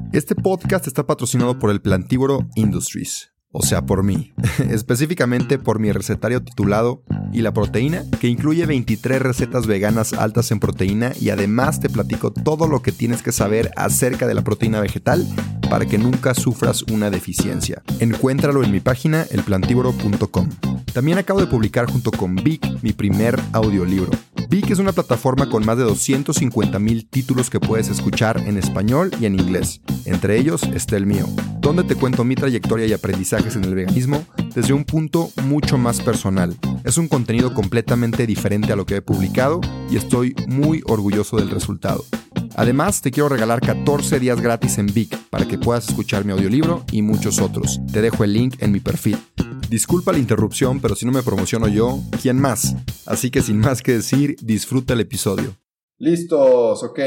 Este podcast está patrocinado por el Plantívoro Industries, o sea, por mí, específicamente por mi recetario titulado "Y la proteína", que incluye 23 recetas veganas altas en proteína y además te platico todo lo que tienes que saber acerca de la proteína vegetal para que nunca sufras una deficiencia. Encuéntralo en mi página elplantívoro.com. También acabo de publicar junto con Vic mi primer audiolibro. Vic es una plataforma con más de 250,000 títulos que puedes escuchar en español y en inglés. Entre ellos está el mío, donde te cuento mi trayectoria y aprendizajes en el veganismo desde un punto mucho más personal. Es un contenido completamente diferente a lo que he publicado y estoy muy orgulloso del resultado. Además, te quiero regalar 14 días gratis en Vic para que puedas escuchar mi audiolibro y muchos otros. Te dejo el link en mi perfil. Disculpa la interrupción, pero si no me promociono yo, ¿quién más? Así que sin más que decir, disfruta el episodio. Listos, ok,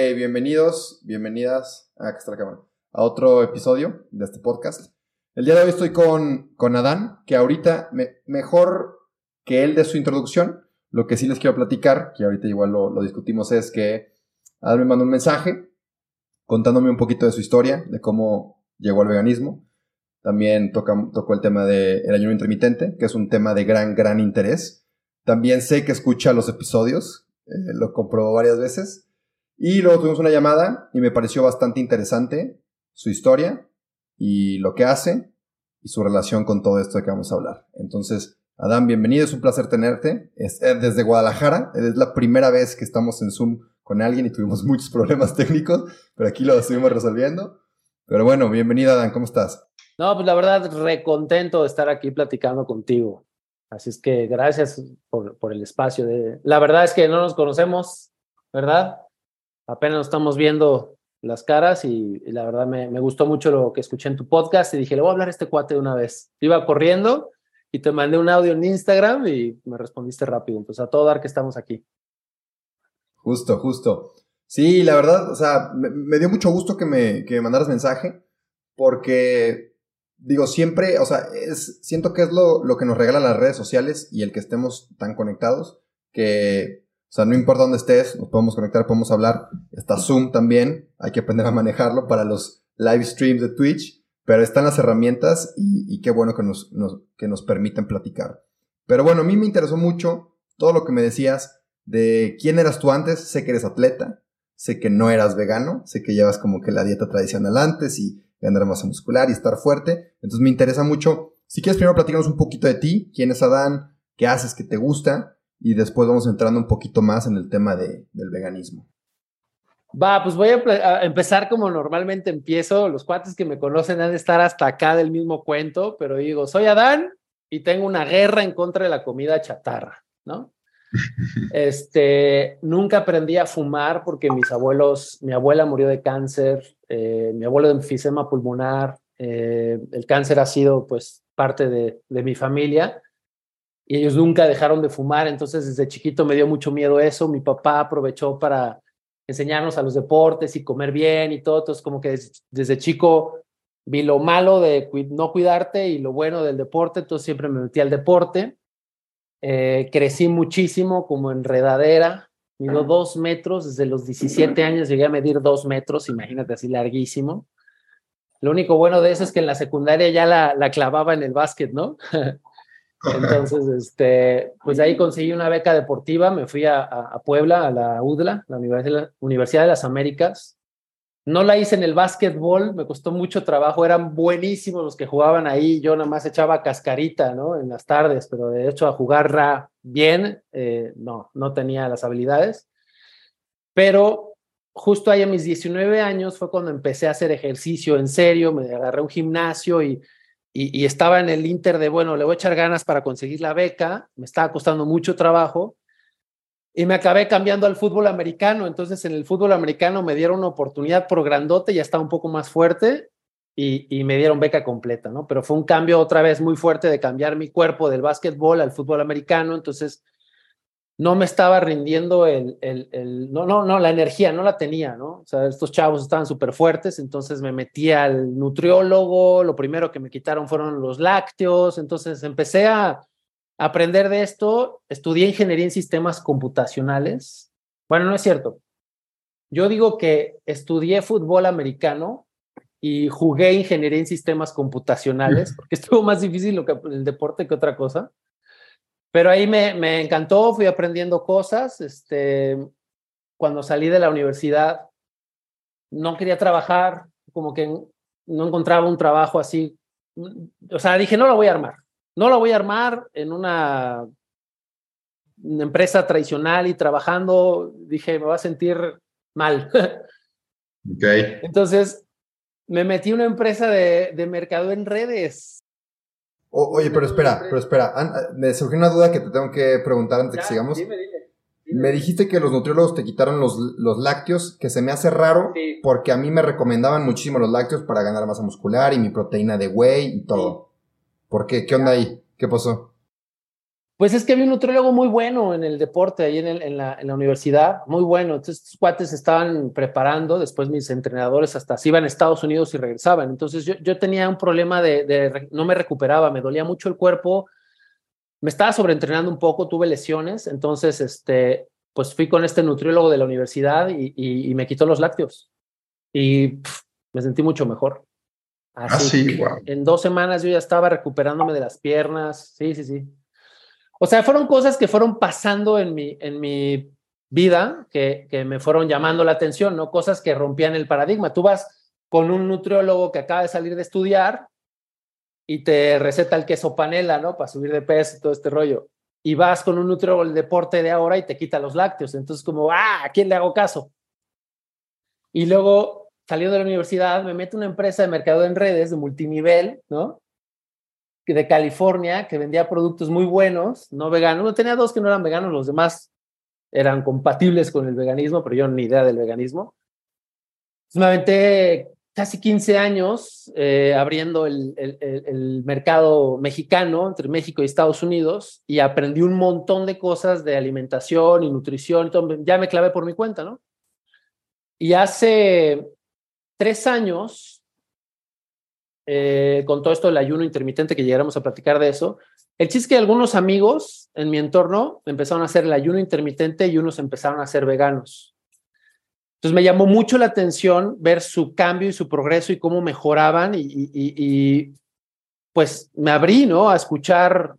bienvenidas, que está la cámara, a otro episodio de este podcast. El día de hoy estoy con Adán, que ahorita, mejor que él de su introducción, lo que sí les quiero platicar, que ahorita igual lo discutimos, es que Adán me mandó un mensaje contándome un poquito de su historia, de cómo llegó al veganismo. También tocó el tema del ayuno intermitente, que es un tema de gran interés. También sé que escucha los episodios, lo comprobó varias veces. Y luego tuvimos una llamada y me pareció bastante interesante su historia y lo que hace y su relación con todo esto de que vamos a hablar. Entonces, Adán, bienvenido, es un placer tenerte. Desde Guadalajara, es la primera vez que estamos en Zoom con alguien y tuvimos muchos problemas técnicos, pero aquí lo estuvimos resolviendo. Pero bueno, bienvenido, Adán, ¿cómo estás? No, pues la verdad, recontento de estar aquí platicando contigo. Así es que gracias por el espacio. La verdad es que no nos conocemos, ¿verdad? Apenas nos estamos viendo las caras y la verdad me gustó mucho lo que escuché en tu podcast y dije, le voy a hablar a este cuate de una vez. Iba corriendo y te mandé un audio en Instagram y me respondiste rápido. Entonces, a todo dar que estamos aquí. Justo. Sí, la verdad, o sea, me dio mucho gusto que me mandaras mensaje porque... Digo, siempre, o sea, siento que es lo que nos regalan las redes sociales y el que estemos tan conectados, que, o sea, no importa dónde estés, nos podemos conectar, podemos hablar. Está Zoom también, hay que aprender a manejarlo para los live streams de Twitch, pero están las herramientas y qué bueno que nos permiten platicar. Pero bueno, a mí me interesó mucho todo lo que me decías de quién eras tú antes. Sé que eres atleta, sé que no eras vegano, sé que llevas como que la dieta tradicional antes y ganar masa muscular y estar fuerte. Entonces me interesa mucho. Si quieres, primero platícanos un poquito de ti. ¿Quién es Adán? ¿Qué haces? ¿Qué te gusta? Y después vamos entrando un poquito más en el tema del veganismo. Pues voy a empezar como normalmente empiezo. Los cuates que me conocen han de estar hasta acá del mismo cuento, pero digo, soy Adán y tengo una guerra en contra de la comida chatarra, ¿no? Nunca aprendí a fumar porque mi abuela murió de cáncer, mi abuelo de enfisema pulmonar, el cáncer ha sido pues parte de mi familia y ellos nunca dejaron de fumar, entonces desde chiquito me dio mucho miedo eso. Mi papá aprovechó para enseñarnos a los deportes y comer bien y todo, entonces como que desde chico vi lo malo de no cuidarte y lo bueno del deporte, entonces siempre me metí al deporte. Crecí muchísimo como enredadera, mido 2 metros, desde los 17 años llegué a medir 2 metros, imagínate, así larguísimo. Lo único bueno de eso es que en la secundaria ya la clavaba en el básquet, ¿no? Entonces, pues ahí conseguí una beca deportiva, me fui a Puebla, a la UDLA, la Universidad de las Américas. No la hice en el básquetbol, me costó mucho trabajo, eran buenísimos los que jugaban ahí, yo nada más echaba cascarita, ¿no? En las tardes, pero de hecho a jugar bien, no tenía las habilidades. Pero justo ahí a mis 19 años fue cuando empecé a hacer ejercicio en serio, me agarré un gimnasio y estaba en el inter de, bueno, le voy a echar ganas para conseguir la beca, me estaba costando mucho trabajo. Y me acabé cambiando al fútbol americano. Entonces, en el fútbol americano me dieron una oportunidad por grandote, ya estaba un poco más fuerte y me dieron beca completa, ¿no? Pero fue un cambio otra vez muy fuerte de cambiar mi cuerpo del básquetbol al fútbol americano. Entonces, no me estaba rindiendo la energía, no la tenía, ¿no? O sea, estos chavos estaban súper fuertes, entonces me metí al nutriólogo, lo primero que me quitaron fueron los lácteos, entonces empecé a aprender de esto, estudié ingeniería en sistemas computacionales. Bueno, no es cierto. Yo digo que estudié fútbol americano y jugué ingeniería en sistemas computacionales, porque estuvo más difícil el deporte que otra cosa. Pero ahí me encantó, fui aprendiendo cosas. Cuando salí de la universidad, no quería trabajar, como que no encontraba un trabajo así. O sea, dije, no la voy a armar. No la voy a armar en una empresa tradicional y trabajando. Dije, me va a sentir mal. Ok. Entonces, me metí en una empresa de mercado en redes. Oye, pero espera. Me surgió una duda que te tengo que preguntar antes de que sigamos. Dime. Me dijiste que los nutriólogos te quitaron los lácteos, que se me hace raro, Sí. porque a mí me recomendaban muchísimo los lácteos para ganar masa muscular y mi proteína de whey y todo. ¿Por qué? ¿Qué onda ahí? ¿Qué pasó? Pues es que había un nutriólogo muy bueno en el deporte, ahí en la universidad, muy bueno. Entonces, estos cuates se estaban preparando, después mis entrenadores hasta se iban a Estados Unidos y regresaban. Entonces, yo tenía un problema no me recuperaba, me dolía mucho el cuerpo, me estaba sobreentrenando un poco, tuve lesiones. Entonces, pues fui con este nutriólogo de la universidad y me quitó los lácteos. Y me sentí mucho mejor. Así, Sí, wow. en 2 semanas yo ya estaba recuperándome de las piernas. Sí. O sea, fueron cosas que fueron pasando en mi vida que me fueron llamando la atención, ¿no? Cosas que rompían el paradigma. Tú vas con un nutriólogo que acaba de salir de estudiar y te receta el queso panela, ¿no? Para subir de peso y todo este rollo. Y vas con un nutriólogo del deporte de ahora y te quita los lácteos. Entonces, como, ¿a quién le hago caso? Y luego, saliendo de la universidad, me meto en una empresa de mercado en redes de multinivel, ¿no? De California, que vendía productos muy buenos, no veganos. Uno tenía 2 que no eran veganos, los demás eran compatibles con el veganismo, pero yo ni idea del veganismo. Entonces me aventé casi 15 años abriendo el mercado mexicano entre México y Estados Unidos y aprendí un montón de cosas de alimentación y nutrición. Entonces, ya me clavé por mi cuenta, ¿no? Y hace 3 años con todo esto del ayuno intermitente, que llegáramos a platicar de eso. El chiste es que algunos amigos en mi entorno empezaron a hacer el ayuno intermitente y unos empezaron a ser veganos. Entonces me llamó mucho la atención ver su cambio y su progreso y cómo mejoraban y pues me abrí, ¿no? A escuchar.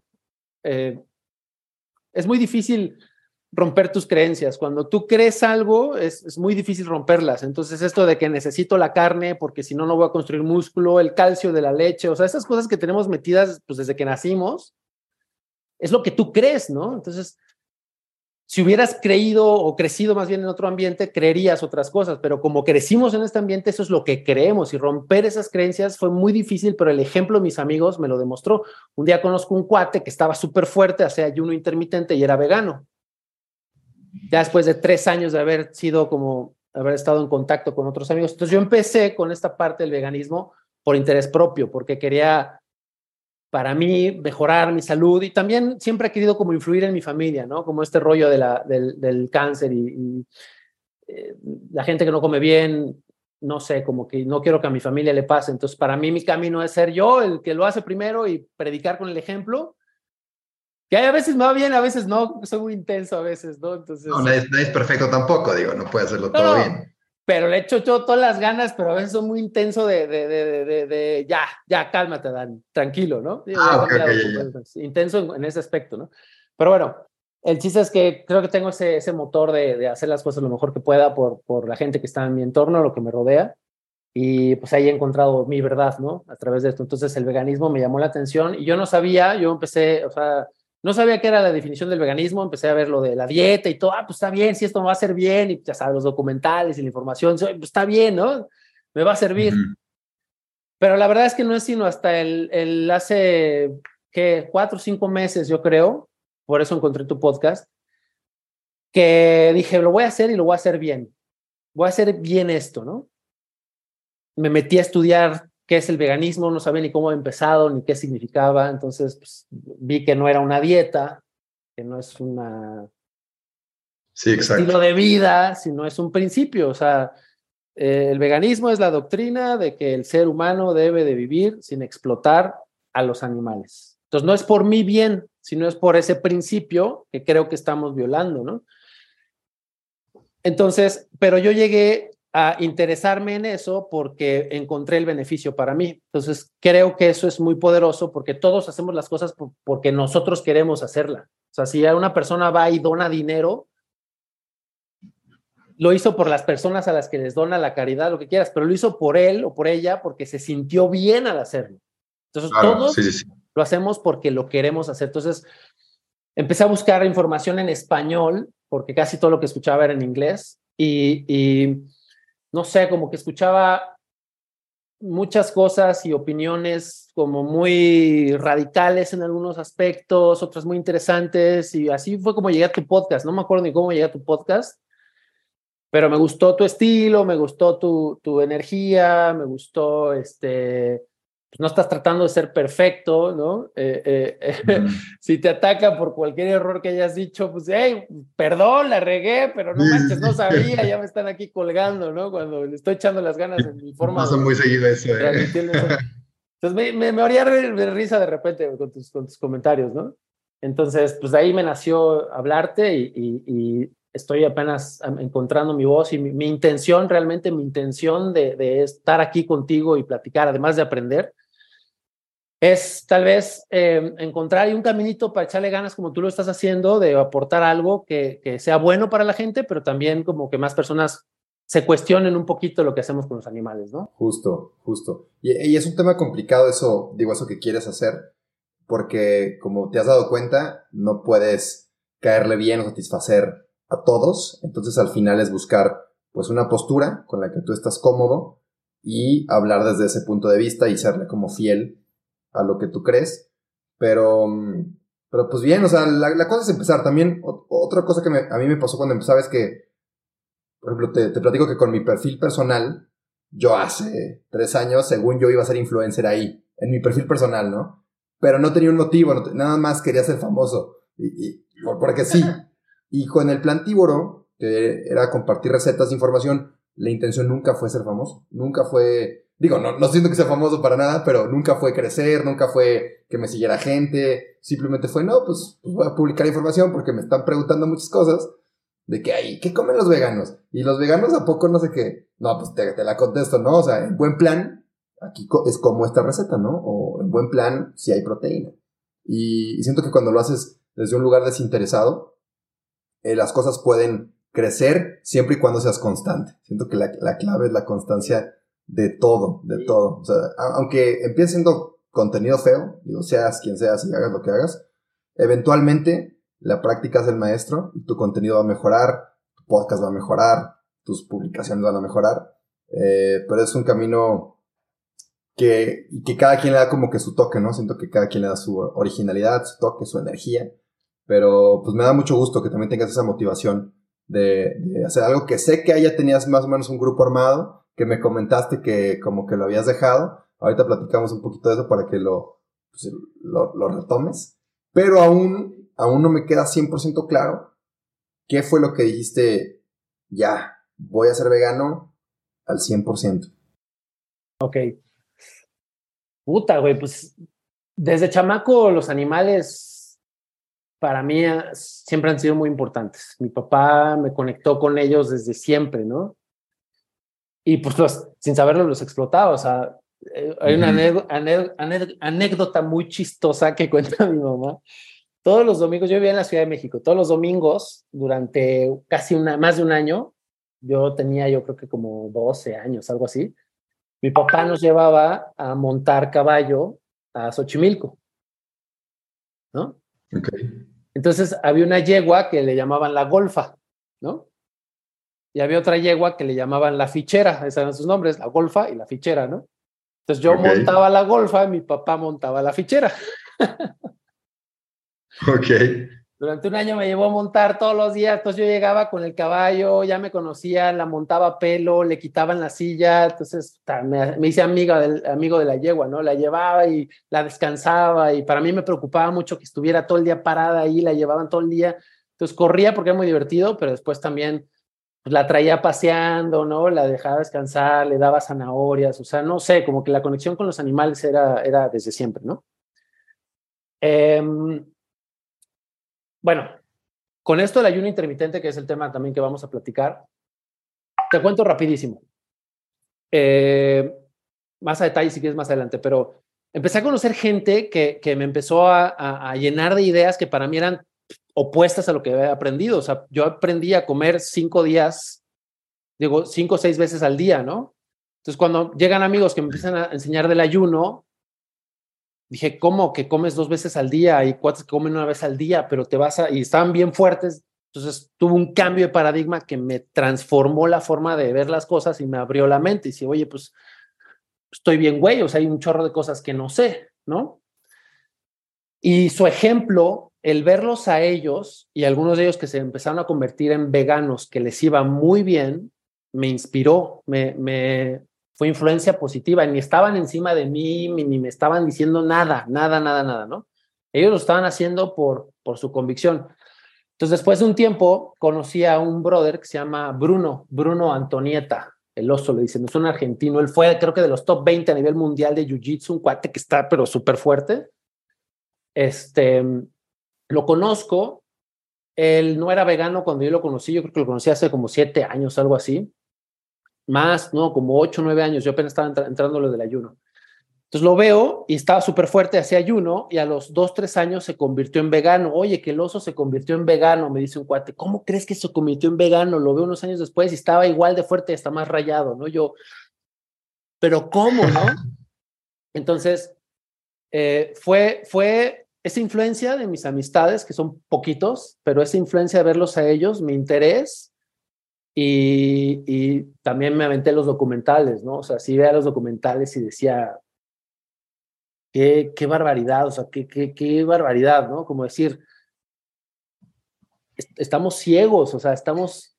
Es muy difícil romper tus creencias. Cuando tú crees algo, es muy difícil romperlas. Entonces, esto de que necesito la carne porque si no, no voy a construir músculo, el calcio de la leche, o sea, esas cosas que tenemos metidas pues, desde que nacimos, es lo que tú crees, ¿no? Entonces, si hubieras creído o crecido más bien en otro ambiente, creerías otras cosas, pero como crecimos en este ambiente, eso es lo que creemos y romper esas creencias fue muy difícil, pero el ejemplo de mis amigos me lo demostró. Un día conozco un cuate que estaba súper fuerte, hacía ayuno intermitente y era vegano. Ya después de 3 años de haber estado en contacto con otros amigos. Entonces yo empecé con esta parte del veganismo por interés propio, porque quería para mí mejorar mi salud y también siempre he querido como influir en mi familia, ¿no? Como este rollo del cáncer y la gente que no come bien, no sé, como que no quiero que a mi familia le pase. Entonces para mí mi camino es ser yo el que lo hace primero y predicar con el ejemplo. Que a veces me va bien, a veces no, soy muy intenso a veces, ¿no? Entonces... No, nadie es perfecto tampoco, digo, no puede hacerlo todo No, bien. pero le echo yo todas las ganas, pero a veces soy muy intenso de ya, cálmate, Dan, tranquilo, ¿no? Digo, ya he Ok, cambiado, ya. intenso en ese aspecto, ¿no? Pero bueno, el chiste es que creo que tengo ese motor de hacer las cosas lo mejor que pueda por la gente que está en mi entorno, lo que me rodea, y pues ahí he encontrado mi verdad, ¿no? A través de esto. Entonces el veganismo me llamó la atención y yo no sabía, yo empecé, o sea, no sabía qué era la definición del veganismo, empecé a ver lo de la dieta y todo, pues está bien, si esto me va a hacer bien, y ya sabes, los documentales y la información, pues está bien, ¿no? Me va a servir. Ujú. Pero la verdad es que no es sino hasta el hace, ¿qué? 4 o 5 meses, yo creo, por eso encontré tu podcast, que dije, lo voy a hacer y lo voy a hacer bien. Voy a hacer bien esto, ¿no? Me metí a estudiar qué es el veganismo, no sabía ni cómo había empezado, ni qué significaba, entonces pues, vi que no era una dieta, que no es un Sí, exacto. estilo de vida, sino es un principio. O sea, el veganismo es la doctrina de que el ser humano debe de vivir sin explotar a los animales. Entonces, no es por mi bien, sino es por ese principio que creo que estamos violando, ¿no? Entonces, pero yo llegué a interesarme en eso porque encontré el beneficio para mí. Entonces, creo que eso es muy poderoso porque todos hacemos las cosas porque nosotros queremos hacerla. O sea, si una persona va y dona dinero, lo hizo por las personas a las que les dona la caridad, lo que quieras, pero lo hizo por él o por ella porque se sintió bien al hacerlo. Entonces, Claro, todos sí. lo hacemos porque lo queremos hacer. Entonces, empecé a buscar información en español porque casi todo lo que escuchaba era en inglés y no sé, como que escuchaba muchas cosas y opiniones como muy radicales en algunos aspectos, otras muy interesantes, y así fue como llegué a tu podcast. No me acuerdo ni cómo llegué a tu podcast, pero me gustó tu estilo, me gustó tu energía, me gustó pues no estás tratando de ser perfecto, ¿no? Si te ataca por cualquier error que hayas dicho, pues, hey, perdón, la regué, pero no manches, no sabía, ya me están aquí colgando, ¿no? Cuando le estoy echando las ganas en mi forma Pasa de muy seguido eso, transmitir el mensaje. Entonces me haría de risa de repente con tus comentarios, ¿no? Entonces, pues de ahí me nació hablarte y estoy apenas encontrando mi voz y mi intención, realmente mi intención de estar aquí contigo y platicar, además de aprender, es tal vez encontrar ahí un caminito para echarle ganas como tú lo estás haciendo, de aportar algo que sea bueno para la gente, pero también como que más personas se cuestionen un poquito lo que hacemos con los animales, ¿no? Justo, justo. Y es un tema complicado eso, digo, eso que quieres hacer, porque como te has dado cuenta, no puedes caerle bien o satisfacer a todos, entonces al final es buscar pues una postura con la que tú estás cómodo y hablar desde ese punto de vista y serle como fiel a lo que tú crees, pero, pero pues bien, o sea, la cosa es empezar. También otra cosa que a mí me pasó cuando empezaba es que, por ejemplo, te platico que con mi perfil personal, yo hace 3 años, según yo iba a ser influencer ahí, en mi perfil personal, ¿no? Pero no tenía un motivo, nada más quería ser famoso, porque sí. Y con el Plantívoro, que era compartir recetas de información, la intención nunca fue ser famoso, nunca fue, digo, no siento que sea famoso para nada, pero nunca fue crecer, nunca fue que me siguiera gente, simplemente fue, no, pues voy a publicar información porque me están preguntando muchas cosas, de que hay, ¿qué comen los veganos? Y los veganos a poco no sé qué. No, pues te la contesto, ¿no? O sea, en buen plan, aquí es como esta receta, ¿no? O en buen plan, si hay proteína. Y siento que cuando lo haces desde un lugar desinteresado, las cosas pueden crecer siempre y cuando seas constante. Siento que la clave es la constancia de todo, de todo. O sea, aunque empiece siendo contenido feo, digo, seas quien seas y hagas lo que hagas, eventualmente la práctica es el maestro y tu contenido va a mejorar, tu podcast va a mejorar, tus publicaciones van a mejorar, pero es un camino que cada quien le da como que su toque, ¿no? Siento que cada quien le da su originalidad, su toque, su energía, pero pues me da mucho gusto que también tengas esa motivación de hacer algo que sé que ya tenías más o menos un grupo armado, que me comentaste que como que lo habías dejado. Ahorita platicamos un poquito de eso para que pues, lo retomes, pero aún no me queda 100% claro qué fue lo que dijiste, ya, voy a ser vegano al 100%. Ok. Puta, güey, pues desde chamaco los animales para mí siempre han sido muy importantes. Mi papá me conectó con ellos desde siempre, ¿no? Y pues sin saberlo los explotaba. O sea, hay una anécdota muy chistosa que cuenta mi mamá. Todos los domingos, yo vivía en la Ciudad de México, todos los domingos, durante casi más de un año, yo tenía yo creo que como 12 años, algo así, mi papá nos llevaba a montar caballo a Xochimilco, ¿no? Okay. Entonces había una yegua que le llamaban la golfa, ¿no? Y había otra yegua que le llamaban la fichera, esos eran sus nombres, la golfa y la fichera, ¿no? Entonces yo montaba la golfa y mi papá montaba la fichera. Ok. Durante un año me llevó a montar todos los días, entonces yo llegaba con el caballo, ya me conocía, la montaba a pelo, le quitaban la silla, entonces me hice amigo de la yegua, ¿no? La llevaba y la descansaba y para mí me preocupaba mucho que estuviera todo el día parada ahí, la llevaban todo el día, entonces corría porque era muy divertido, pero después también pues, la traía paseando, ¿no? La dejaba descansar, le daba zanahorias, o sea, no sé, como que la conexión con los animales era desde siempre, ¿no? Bueno, con esto del ayuno intermitente, que es el tema también que vamos a platicar, Te cuento rapidísimo. Más a detalle si quieres más adelante, pero empecé a conocer gente que me empezó a llenar de ideas que para mí eran opuestas a lo que había aprendido. O sea, yo aprendí a comer 5 días, digo, 5 o 6 veces al día, ¿no? Entonces, cuando llegan amigos que me empiezan a enseñar del ayuno, dije, ¿cómo que comes 2 veces al día? Hay cuates que comen 1 vez al día, pero te vas a... Y estaban bien fuertes. Entonces, tuve un cambio de paradigma que me transformó la forma de ver las cosas y me abrió la mente. Y dije, oye, pues estoy bien, güey, o sea, hay un chorro de cosas que no sé, ¿no? Y su ejemplo, el verlos a ellos y algunos de ellos que se empezaron a convertir en veganos, que les iba muy bien, me inspiró, fue influencia positiva, ni estaban encima de mí, ni me estaban diciendo nada, ¿no? Ellos lo estaban haciendo por su convicción. Entonces, después de un tiempo, conocí a un brother que se llama Bruno Antonieta, el oso, le dicen, es un argentino, él fue creo que de los top 20 a nivel mundial de Jiu-Jitsu, un cuate que está pero súper fuerte. Lo conozco, él no era vegano cuando yo lo conocí, yo creo que lo conocí hace como 7 años, algo así, más, no, como 8 o 9 años, yo apenas estaba entrando lo del ayuno. Entonces lo veo y estaba súper fuerte, hacía ayuno y a los 2, 3 años se convirtió en vegano. Oye, que el oso se convirtió en vegano, me dice un cuate. ¿Cómo crees que se convirtió en vegano? Lo veo unos años después y estaba igual de fuerte, está más rayado, ¿no? Yo, pero ¿cómo, no? Entonces, fue esa influencia de mis amistades, que son poquitos, pero esa influencia de verlos a ellos, mi interés y también me aventé los documentales, ¿no? O sea, sí veía los documentales y decía, qué barbaridad, o sea, qué barbaridad, ¿no? Como decir, estamos ciegos, o sea, estamos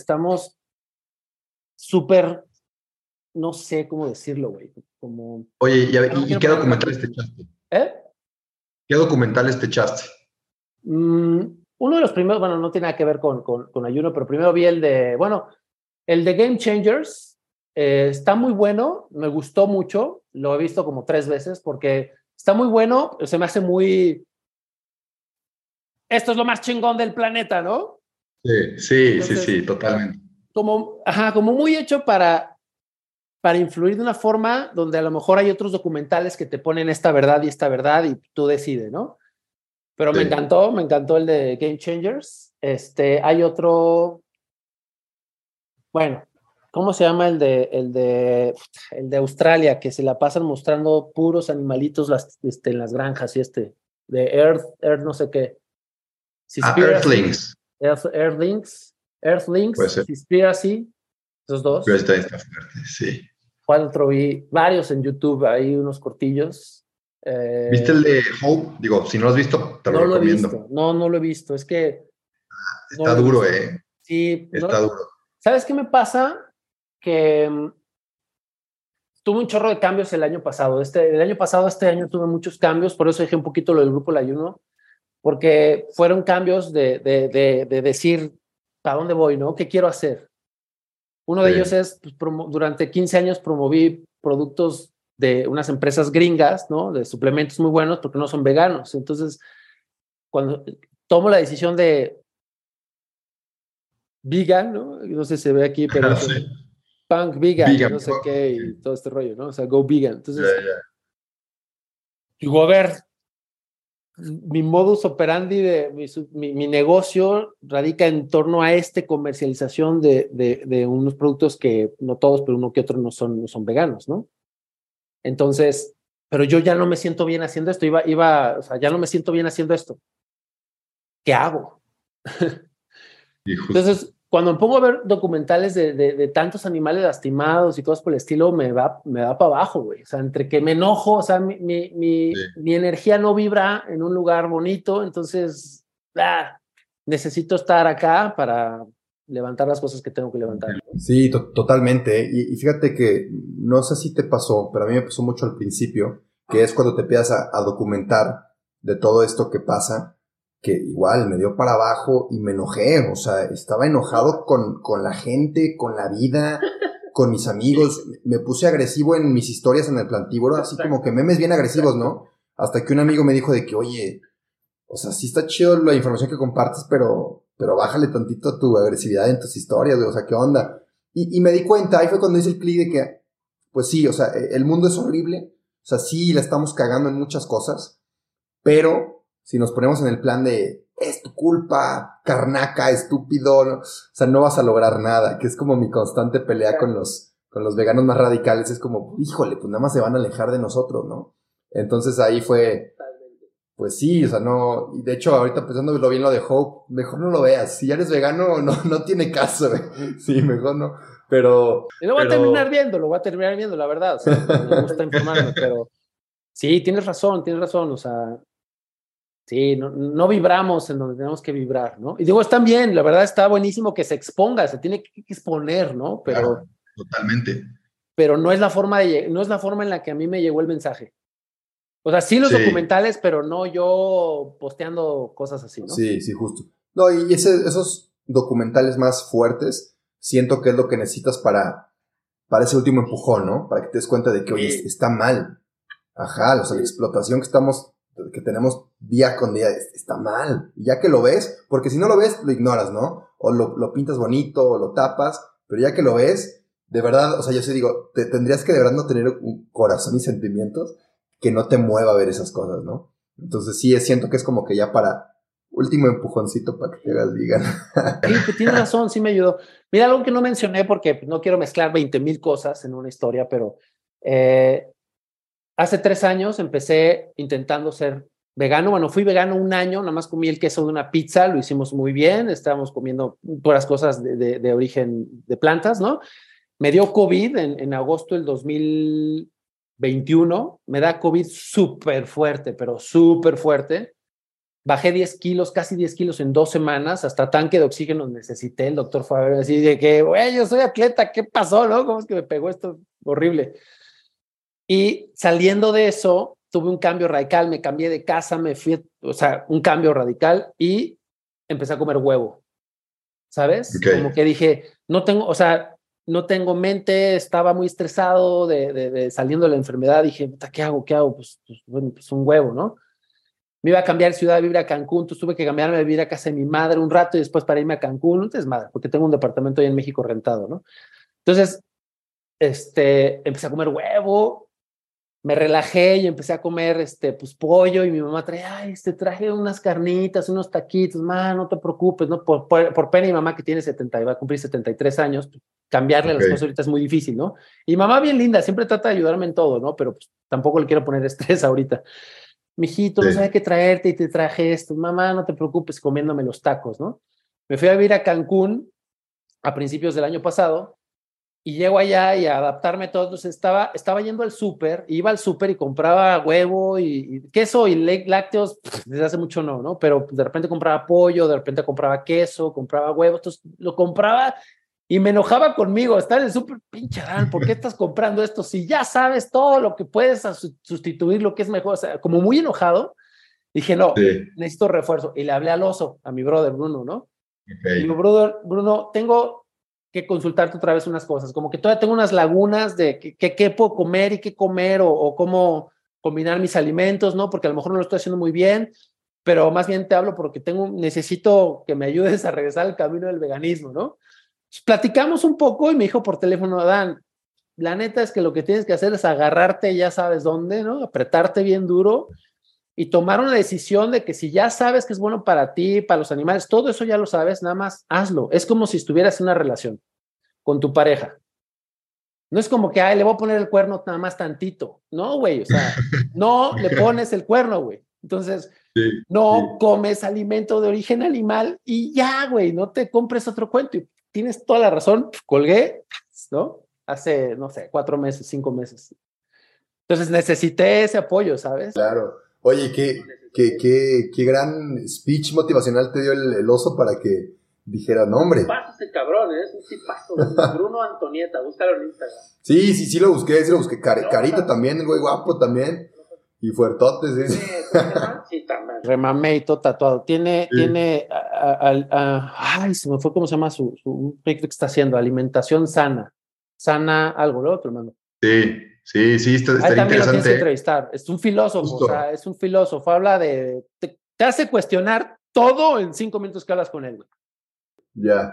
súper, no sé cómo decirlo, güey. Como, oye, ¿y qué documentales te echaste? ¿Eh? ¿Qué documentales te echaste? Uno de los primeros, bueno, no tiene nada que ver con ayuno, pero primero vi el de Game Changers. Está muy bueno, me gustó mucho, lo he visto como 3 veces porque está muy bueno, se me hace muy... Esto es lo más chingón del planeta, ¿no? Sí, entonces, sí, totalmente. Como muy hecho para influir de una forma donde a lo mejor hay otros documentales que te ponen esta verdad y tú decides, ¿no? Pero sí. me encantó el de Game Changers. Hay otro, bueno, ¿cómo se llama el de Australia? Que se la pasan mostrando puros animalitos en las granjas y de Earth no sé qué. Earthlings. Earthlings, Seaspiracy, esos dos. Pero está fuerte, sí. ¿Cuál otro vi? Varios en YouTube, hay unos cortillos. ¿Viste el de Hope? Digo, si no lo has visto, te lo recomiendo. No lo he visto. Es que... Está duro, Sí. Está duro. ¿Sabes qué me pasa? Que tuve un chorro de cambios el año pasado. Este año tuve muchos cambios, por eso dejé un poquito lo del grupo El Ayuno, porque fueron cambios de decir, ¿para dónde voy, no? ¿Qué quiero hacer? Uno de ellos es, pues, durante 15 años promoví productos de unas empresas gringas, ¿no? De suplementos muy buenos, porque no son veganos. Entonces, cuando tomo la decisión de vegan, ¿no? No sé si se ve aquí, pero sí. Punk vegan, no sé qué, y todo este rollo, ¿no? O sea, go vegan. Entonces, digo, a ver, mi modus operandi mi negocio radica en torno a comercialización de unos productos que, no todos, pero uno que otro no son veganos, ¿no? Entonces, pero yo ya no me siento bien haciendo esto, o sea, ya no me siento bien haciendo esto. ¿Qué hago? Entonces, cuando me pongo a ver documentales de tantos animales lastimados y cosas por el estilo, me va para abajo, güey. O sea, entre que me enojo, o sea, mi energía no vibra en un lugar bonito, entonces necesito estar acá para levantar las cosas que tengo que levantar. Sí, totalmente. Y fíjate que no sé si te pasó, pero a mí me pasó mucho al principio, que es cuando te empiezas a documentar de todo esto que pasa, que igual me dio para abajo y me enojé, o sea, estaba enojado con la gente, con la vida, con mis amigos, me puse agresivo en mis historias en el Plantívoro, así como que memes bien agresivos, ¿no? Hasta que un amigo me dijo de que, oye, o sea, sí está chido la información que compartes, pero bájale tantito tu agresividad en tus historias, güey, o sea, ¿qué onda? Y me di cuenta, ahí fue cuando hice el clic de que, pues sí, o sea, el mundo es horrible, o sea, sí la estamos cagando en muchas cosas, pero si nos ponemos en el plan de, es tu culpa, carnaca, estúpido, ¿no? O sea, no vas a lograr nada, que es como mi constante pelea con los veganos más radicales, es como, híjole, pues nada más se van a alejar de nosotros, ¿no? Entonces ahí fue, pues sí, o sea, no, y de hecho ahorita pensándolo bien lo de Hope, mejor no lo veas, si ya eres vegano no tiene caso, sí, mejor no, pero... Y lo voy a terminar viendo, la verdad, o sea, me gusta informarme, pero sí, tienes razón, o sea, sí, no vibramos en donde tenemos que vibrar, ¿no? Y digo, está bien, la verdad está buenísimo que se exponga, se tiene que exponer, ¿no? Claro, totalmente. Pero no es la forma en la que a mí me llegó el mensaje. O sea, sí los documentales, pero no yo posteando cosas así, ¿no? Sí, justo. No, y esos documentales más fuertes, siento que es lo que necesitas para ese último empujón, ¿no? Para que te des cuenta de que, oye, está mal. Ajá, o sea, la explotación que tenemos día con día está mal. Y ya que lo ves, porque si no lo ves, lo ignoras, ¿no? O lo pintas bonito, o lo tapas, pero ya que lo ves, de verdad, o sea, yo sí digo, tendrías que de verdad no tener un corazón y sentimientos que no te mueva a ver esas cosas, ¿no? Entonces sí, siento que es como que ya para último empujoncito para que te hagas vegan. Sí, pues tienes razón, sí me ayudó. Mira, algo que no mencioné porque no quiero mezclar 20,000 cosas en una historia, pero hace 3 años empecé intentando ser vegano. Bueno, fui vegano un año, nada más comí el queso de una pizza, lo hicimos muy bien, estábamos comiendo puras cosas de origen de plantas, ¿no? Me dio COVID en agosto del 2021, me da COVID súper fuerte, pero súper fuerte. Bajé 10 kilos, casi 10 kilos en 2 semanas, hasta tanque de oxígeno necesité. El doctor fue a ver así de que, güey, yo soy atleta, ¿qué pasó, no? ¿Cómo es que me pegó esto horrible? Y saliendo de eso, tuve un cambio radical, me cambié de casa, me fui, o sea, un cambio radical y empecé a comer huevo, ¿sabes? Okay. Como que dije, no tengo, o sea, no tengo mente, estaba muy estresado de saliendo de la enfermedad, dije, ¿qué hago? Pues bueno, pues un huevo, ¿no? Me iba a cambiar de ciudad, a vivir a Cancún, entonces tuve que cambiarme a vivir a casa de mi madre un rato y después para irme a Cancún, un desmadre, porque tengo un departamento ahí en México rentado, ¿no? Entonces, empecé a comer huevo, me relajé y empecé a comer, pues pollo y mi mamá trae, traje unas carnitas, unos taquitos, no te preocupes, ¿no? Por pena y mamá que tiene 70 y va a cumplir 73 años, cambiarle las cosas ahorita es muy difícil, ¿no? Y mamá bien linda, siempre trata de ayudarme en todo, ¿no? Pero pues, tampoco le quiero poner estrés ahorita. Mijito, no sabía qué traerte y te traje esto. Mamá, no te preocupes comiéndome los tacos, ¿no? Me fui a vivir a Cancún a principios del año pasado y llego allá y a adaptarme a todo. Entonces estaba yendo al súper, iba al súper y compraba huevo y queso y lácteos, desde hace mucho no, pero de repente compraba pollo, de repente compraba queso, compraba huevo, entonces lo compraba y me enojaba conmigo, estar en el súper, pinche Dan, ¿por qué estás comprando esto? Si ya sabes todo lo que puedes sustituir, lo que es mejor, o sea, como muy enojado, dije, no, necesito refuerzo. Y le hablé al oso, a mi brother Bruno, ¿no? Y digo, brother, Bruno, tengo que consultarte otra vez unas cosas, como que todavía tengo unas lagunas de qué puedo comer y qué comer o cómo combinar mis alimentos, ¿no? Porque a lo mejor no lo estoy haciendo muy bien, pero más bien te hablo porque necesito que me ayudes a regresar al camino del veganismo, ¿no? Platicamos un poco y me dijo por teléfono, Dan, la neta es que lo que tienes que hacer es agarrarte, ya sabes dónde, ¿no? Apretarte bien duro y tomar una decisión de que si ya sabes que es bueno para ti, para los animales, todo eso ya lo sabes, nada más hazlo. Es como si estuvieras en una relación con tu pareja. No es como que, le voy a poner el cuerno nada más tantito. No, güey, o sea, no le pones el cuerno, güey. Entonces, no comes alimento de origen animal y ya, güey, no te compres otro cuento. Y tienes toda la razón, colgué, ¿no? Hace, no sé, 4 meses, 5 meses. Entonces necesité ese apoyo, ¿sabes? Claro. Oye, qué gran speech motivacional te dio el oso para que dijera, no, hombre. Pasa ese cabrón, es un tipazo. Bruno Antonieta, búscalo en Instagram. Sí lo busqué, Carita también, güey, guapo también. Y fuertote, sí. Sí, también. Remamé y todo tatuado. Tiene, ay, se me fue cómo se llama su proyecto que está haciendo, alimentación sana. Sana algo, ¿no? Te lo mando. Sí, está también interesante. Lo tienes que entrevistar. Es un filósofo, Justo. O sea, es un filósofo. Habla te hace cuestionar todo en 5 minutos que hablas con él, güey. Ya.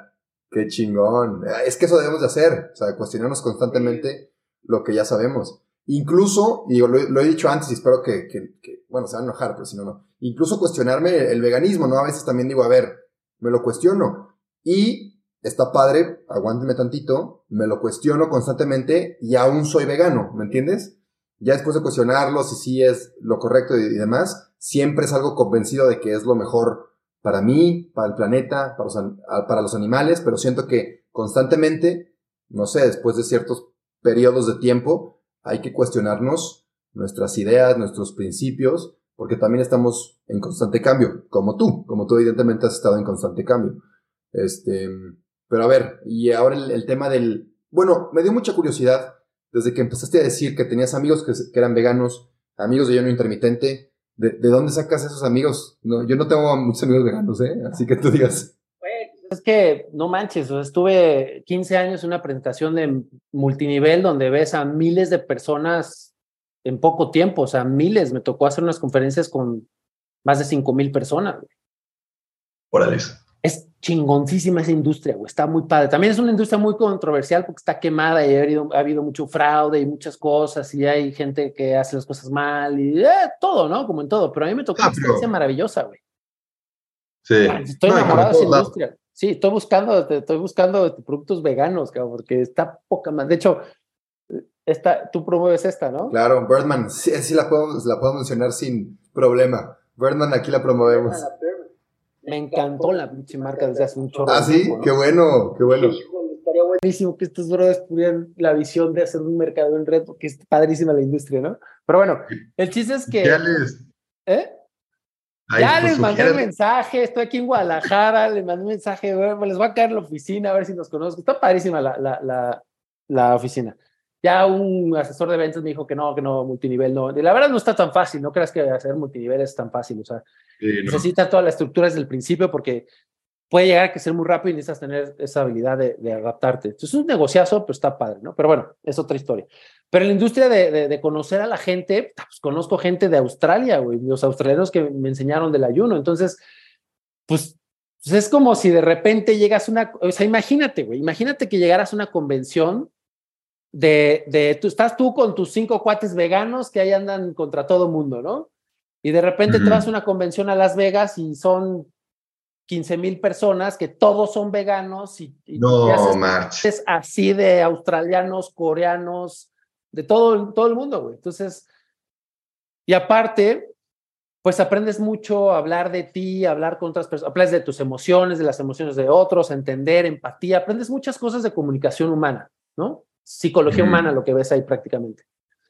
Qué chingón. Es que eso debemos de hacer, o sea, cuestionarnos constantemente lo que ya sabemos. Incluso, y lo he dicho antes y espero bueno, se van a enojar, pero si no, no. Incluso cuestionarme el veganismo, ¿no? A veces también digo, a ver, me lo cuestiono. Y está padre, aguántenme tantito, me lo cuestiono constantemente y aún soy vegano, ¿me entiendes? Ya después de cuestionarlo, si sí es lo correcto y demás, siempre salgo convencido de que es lo mejor para mí, para el planeta, para los animales, pero siento que constantemente, no sé, después de ciertos periodos de tiempo, hay que cuestionarnos nuestras ideas, nuestros principios, porque también estamos en constante cambio, como tú evidentemente has estado en constante cambio. Pero a ver, y ahora el tema bueno, me dio mucha curiosidad desde que empezaste a decir que tenías amigos que eran veganos, amigos de ayuno intermitente. ¿De dónde sacas esos amigos? No, yo no tengo muchos amigos veganos, así que tú digas. Es que no manches, o sea, estuve 15 años en una presentación de multinivel donde ves a miles de personas en poco tiempo, o sea, miles. Me tocó hacer unas conferencias con más de 5,000 personas. Órale. Es chingoncísima esa industria, güey. Está muy padre. También es una industria muy controversial porque está quemada y ha habido mucho fraude y muchas cosas y hay gente que hace las cosas mal y todo, ¿no? Como en todo. Pero a mí me tocó una experiencia maravillosa, güey. Sí. Estoy enamorado de esa industria. Sí, estoy buscando productos veganos, cabrón, porque está poca más. De hecho, tú promueves esta, ¿no? Claro, Birdman, sí la puedo mencionar sin problema. Birdman, aquí la promovemos. Me encantó la pinche marca desde hace un chorro. Ah, sí, tiempo, ¿no? Qué bueno. Híjole, estaría buenísimo que estos brothers tuvieran la visión de hacer un mercado en red, porque es padrísima la industria, ¿no? Pero bueno, el chiste es que... Ya les mandé un mensaje, estoy aquí en Guadalajara, les mandé un mensaje, les voy a caer en la oficina a ver si nos conozco. Está padrísima la oficina. Ya un asesor de ventas me dijo que no, multinivel no. Y la verdad no está tan fácil, no creas que hacer multinivel es tan fácil, o sea, necesitas toda la estructura desde el principio porque puede llegar a ser muy rápido y necesitas tener esa habilidad de adaptarte. Entonces es un negociazo, pero está padre, ¿no? Pero bueno, es otra historia. Pero en la industria de conocer a la gente, pues conozco gente de Australia, güey, los australianos que me enseñaron del ayuno. Entonces, pues es como si de repente llegas o sea, imagínate que llegaras a una convención estás tú con tus 5 cuates veganos que ahí andan contra todo mundo, ¿no? Y de repente te vas a una convención a Las Vegas y son 15,000 personas que todos son veganos y no, es así de australianos, coreanos, de todo el mundo, güey. Entonces, y aparte, pues aprendes mucho a hablar de ti, a hablar con otras personas, hablas de tus emociones, de las emociones de otros, a entender, empatía, aprendes muchas cosas de comunicación humana, ¿no? Psicología humana, lo que ves ahí prácticamente.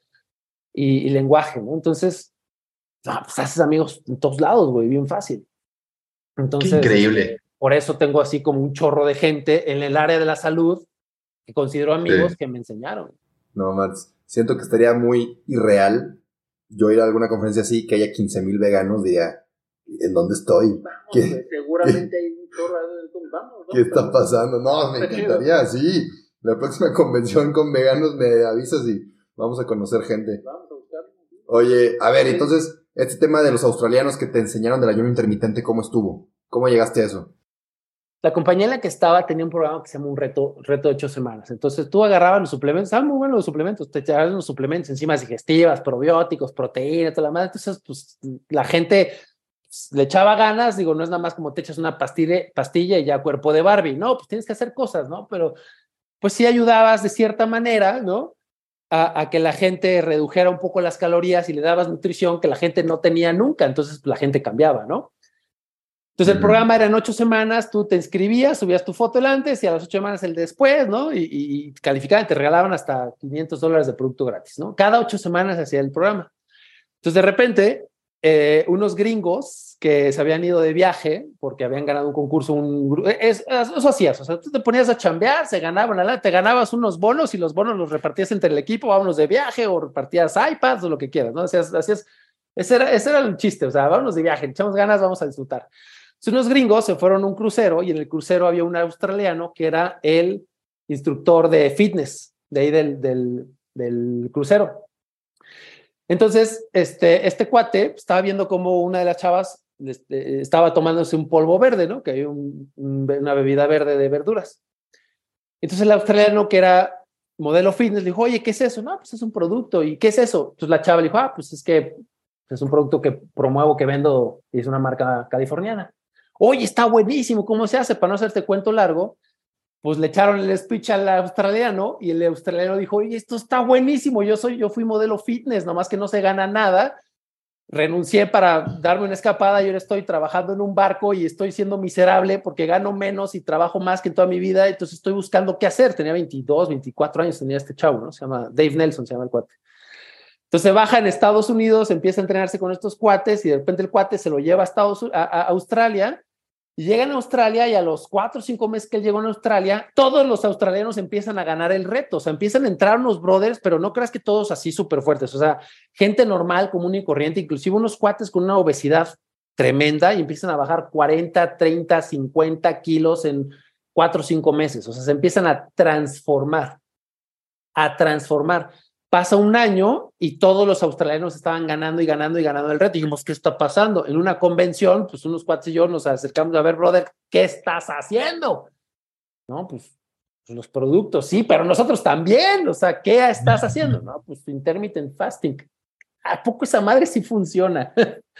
Y lenguaje, ¿no? Entonces, pues haces amigos en todos lados, güey, bien fácil. Entonces, qué increíble. Por eso tengo así como un chorro de gente en el área de la salud que considero amigos que me enseñaron. No, Max, siento que estaría muy irreal yo ir a alguna conferencia así que haya 15,000 veganos, diría, ¿en dónde estoy? Vamos, seguramente hay un chorro de vamos. ¿Qué está pasando? No, me encantaría, sí. La próxima convención con veganos me avisas y vamos a conocer gente. Vamos a buscarlo. Oye, a ver, entonces, este tema de los australianos que te enseñaron del ayuno intermitente, ¿cómo estuvo? ¿Cómo llegaste a eso? La compañía en la que estaba tenía un programa que se llama un reto de 8 semanas. Entonces tú agarrabas los suplementos, estaban muy buenos los suplementos, te echaban los suplementos, enzimas digestivas, probióticos, proteína, toda la madre. Entonces, pues la gente le echaba ganas, digo, no es nada más como te echas una pastilla y ya cuerpo de Barbie, no, pues tienes que hacer cosas, ¿no? Pero pues sí ayudabas de cierta manera, ¿no? A que la gente redujera un poco las calorías y le dabas nutrición que la gente no tenía nunca, entonces la gente cambiaba, ¿no? Entonces el programa era en 8 semanas, tú te inscribías, subías tu foto el antes y a las 8 semanas el después, ¿no? Y calificaban, te regalaban hasta $500 de producto gratis, ¿no? Cada 8 semanas hacía el programa. Entonces de repente, unos gringos que se habían ido de viaje porque habían ganado un concurso, eso hacías, o sea, tú te ponías a chambear, te ganabas unos bonos y los bonos los repartías entre el equipo, vámonos de viaje o repartías iPads o lo que quieras, ¿no? Ese era el chiste, o sea, vámonos de viaje, echamos ganas, vamos a disfrutar. Entonces, unos gringos se fueron a un crucero y en el crucero había un australiano que era el instructor de fitness de ahí del crucero. Entonces, este cuate estaba viendo cómo una de las chavas estaba tomándose un polvo verde, ¿no? Que hay una bebida verde de verduras. Entonces el australiano, que era modelo fitness, le dijo, oye, ¿qué es eso? No, pues es un producto. ¿Y qué es eso? Entonces la chava le dijo, pues es que es un producto que promuevo, que vendo, y es una marca californiana. Oye, está buenísimo, ¿cómo se hace? Para no hacerte cuento largo, pues le echaron el speech al australiano y el australiano dijo, oye, esto está buenísimo, yo fui modelo fitness, nomás que no se gana nada, renuncié para darme una escapada y ahora estoy trabajando en un barco y estoy siendo miserable porque gano menos y trabajo más que en toda mi vida, entonces estoy buscando qué hacer. Tenía 22, 24 años, tenía este chavo, ¿no? Se llama Dave Nelson, se llama el cuate. Entonces baja en Estados Unidos, empieza a entrenarse con estos cuates y de repente el cuate se lo lleva a Australia. Y llega a Australia y a los 4 o 5 meses que él llegó a Australia, todos los australianos empiezan a ganar el reto. O sea, empiezan a entrar unos brothers, pero no creas que todos así súper fuertes. O sea, gente normal, común y corriente, inclusive unos cuates con una obesidad tremenda y empiezan a bajar 40, 30, 50 kilos en 4 o 5 meses. O sea, se empiezan a transformar. Pasa un año y todos los australianos estaban ganando y ganando y ganando el reto. Y dijimos, ¿qué está pasando? En una convención, pues unos cuates y yo nos acercamos a ver, brother, ¿qué estás haciendo? No, pues los productos, sí, pero nosotros también. O sea, ¿qué estás haciendo? No, pues intermittent fasting. ¿A poco esa madre sí funciona?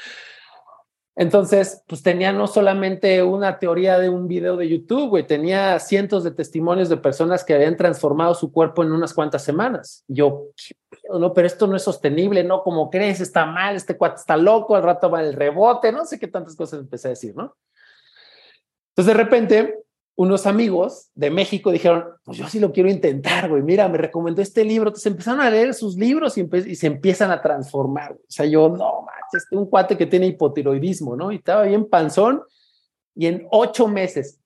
Entonces, pues tenía no solamente una teoría de un video de YouTube, güey, tenía cientos de testimonios de personas que habían transformado su cuerpo en unas cuantas semanas. Y yo, ¿qué pedo, no? Pero esto no es sostenible, ¿no? Como crees, está mal, este cuate está loco, al rato va el rebote, no sé qué tantas cosas empecé a decir, ¿no? Entonces, de repente, unos amigos de México dijeron, pues yo sí lo quiero intentar, güey, mira, me recomendó este libro. Entonces empezaron a leer sus libros y se empiezan a transformar. O sea, yo, no manches, un cuate que tiene hipotiroidismo, ¿no? Y estaba bien panzón y en 8 meses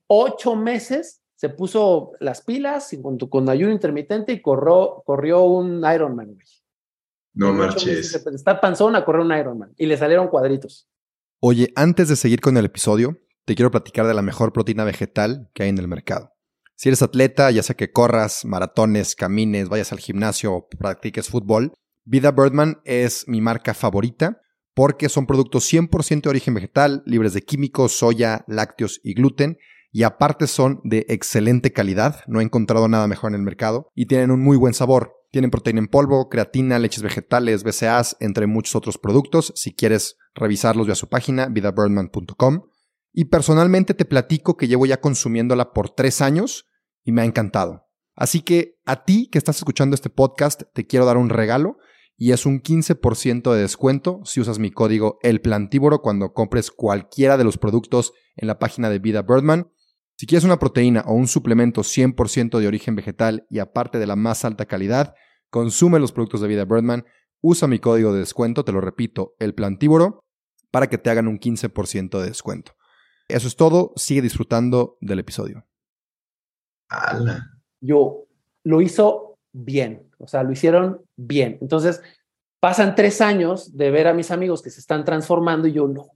se puso las pilas y con ayuno intermitente y corrió un Ironman, güey. No En 8 marches. meses de estar panzón a correr un Ironman y le salieron cuadritos. Oye, antes de seguir con el episodio, te quiero platicar de la mejor proteína vegetal que hay en el mercado. Si eres atleta, ya sea que corras, maratones, camines, vayas al gimnasio o practiques fútbol, Vida Birdman es mi marca favorita porque son productos 100% de origen vegetal, libres de químicos, soya, lácteos y gluten, y aparte son de excelente calidad, no he encontrado nada mejor en el mercado, y tienen un muy buen sabor. Tienen proteína en polvo, creatina, leches vegetales, BCAAs, entre muchos otros productos. Si quieres revisarlos, ve a su página, vidabirdman.com. Y personalmente te platico que llevo ya consumiéndola por 3 años y me ha encantado. Así que a ti que estás escuchando este podcast te quiero dar un regalo y es un 15% de descuento si usas mi código ELPLANTÍVORO cuando compres cualquiera de los productos en la página de Vida Birdman. Si quieres una proteína o un suplemento 100% de origen vegetal y aparte de la más alta calidad, consume los productos de Vida Birdman, usa mi código de descuento, te lo repito, ELPLANTÍVORO, para que te hagan un 15% de descuento. Eso es todo, sigue disfrutando del episodio. ¡Hala! Yo lo hizo bien, o sea, lo hicieron bien. Entonces, pasan 3 años de ver a mis amigos que se están transformando y yo, no,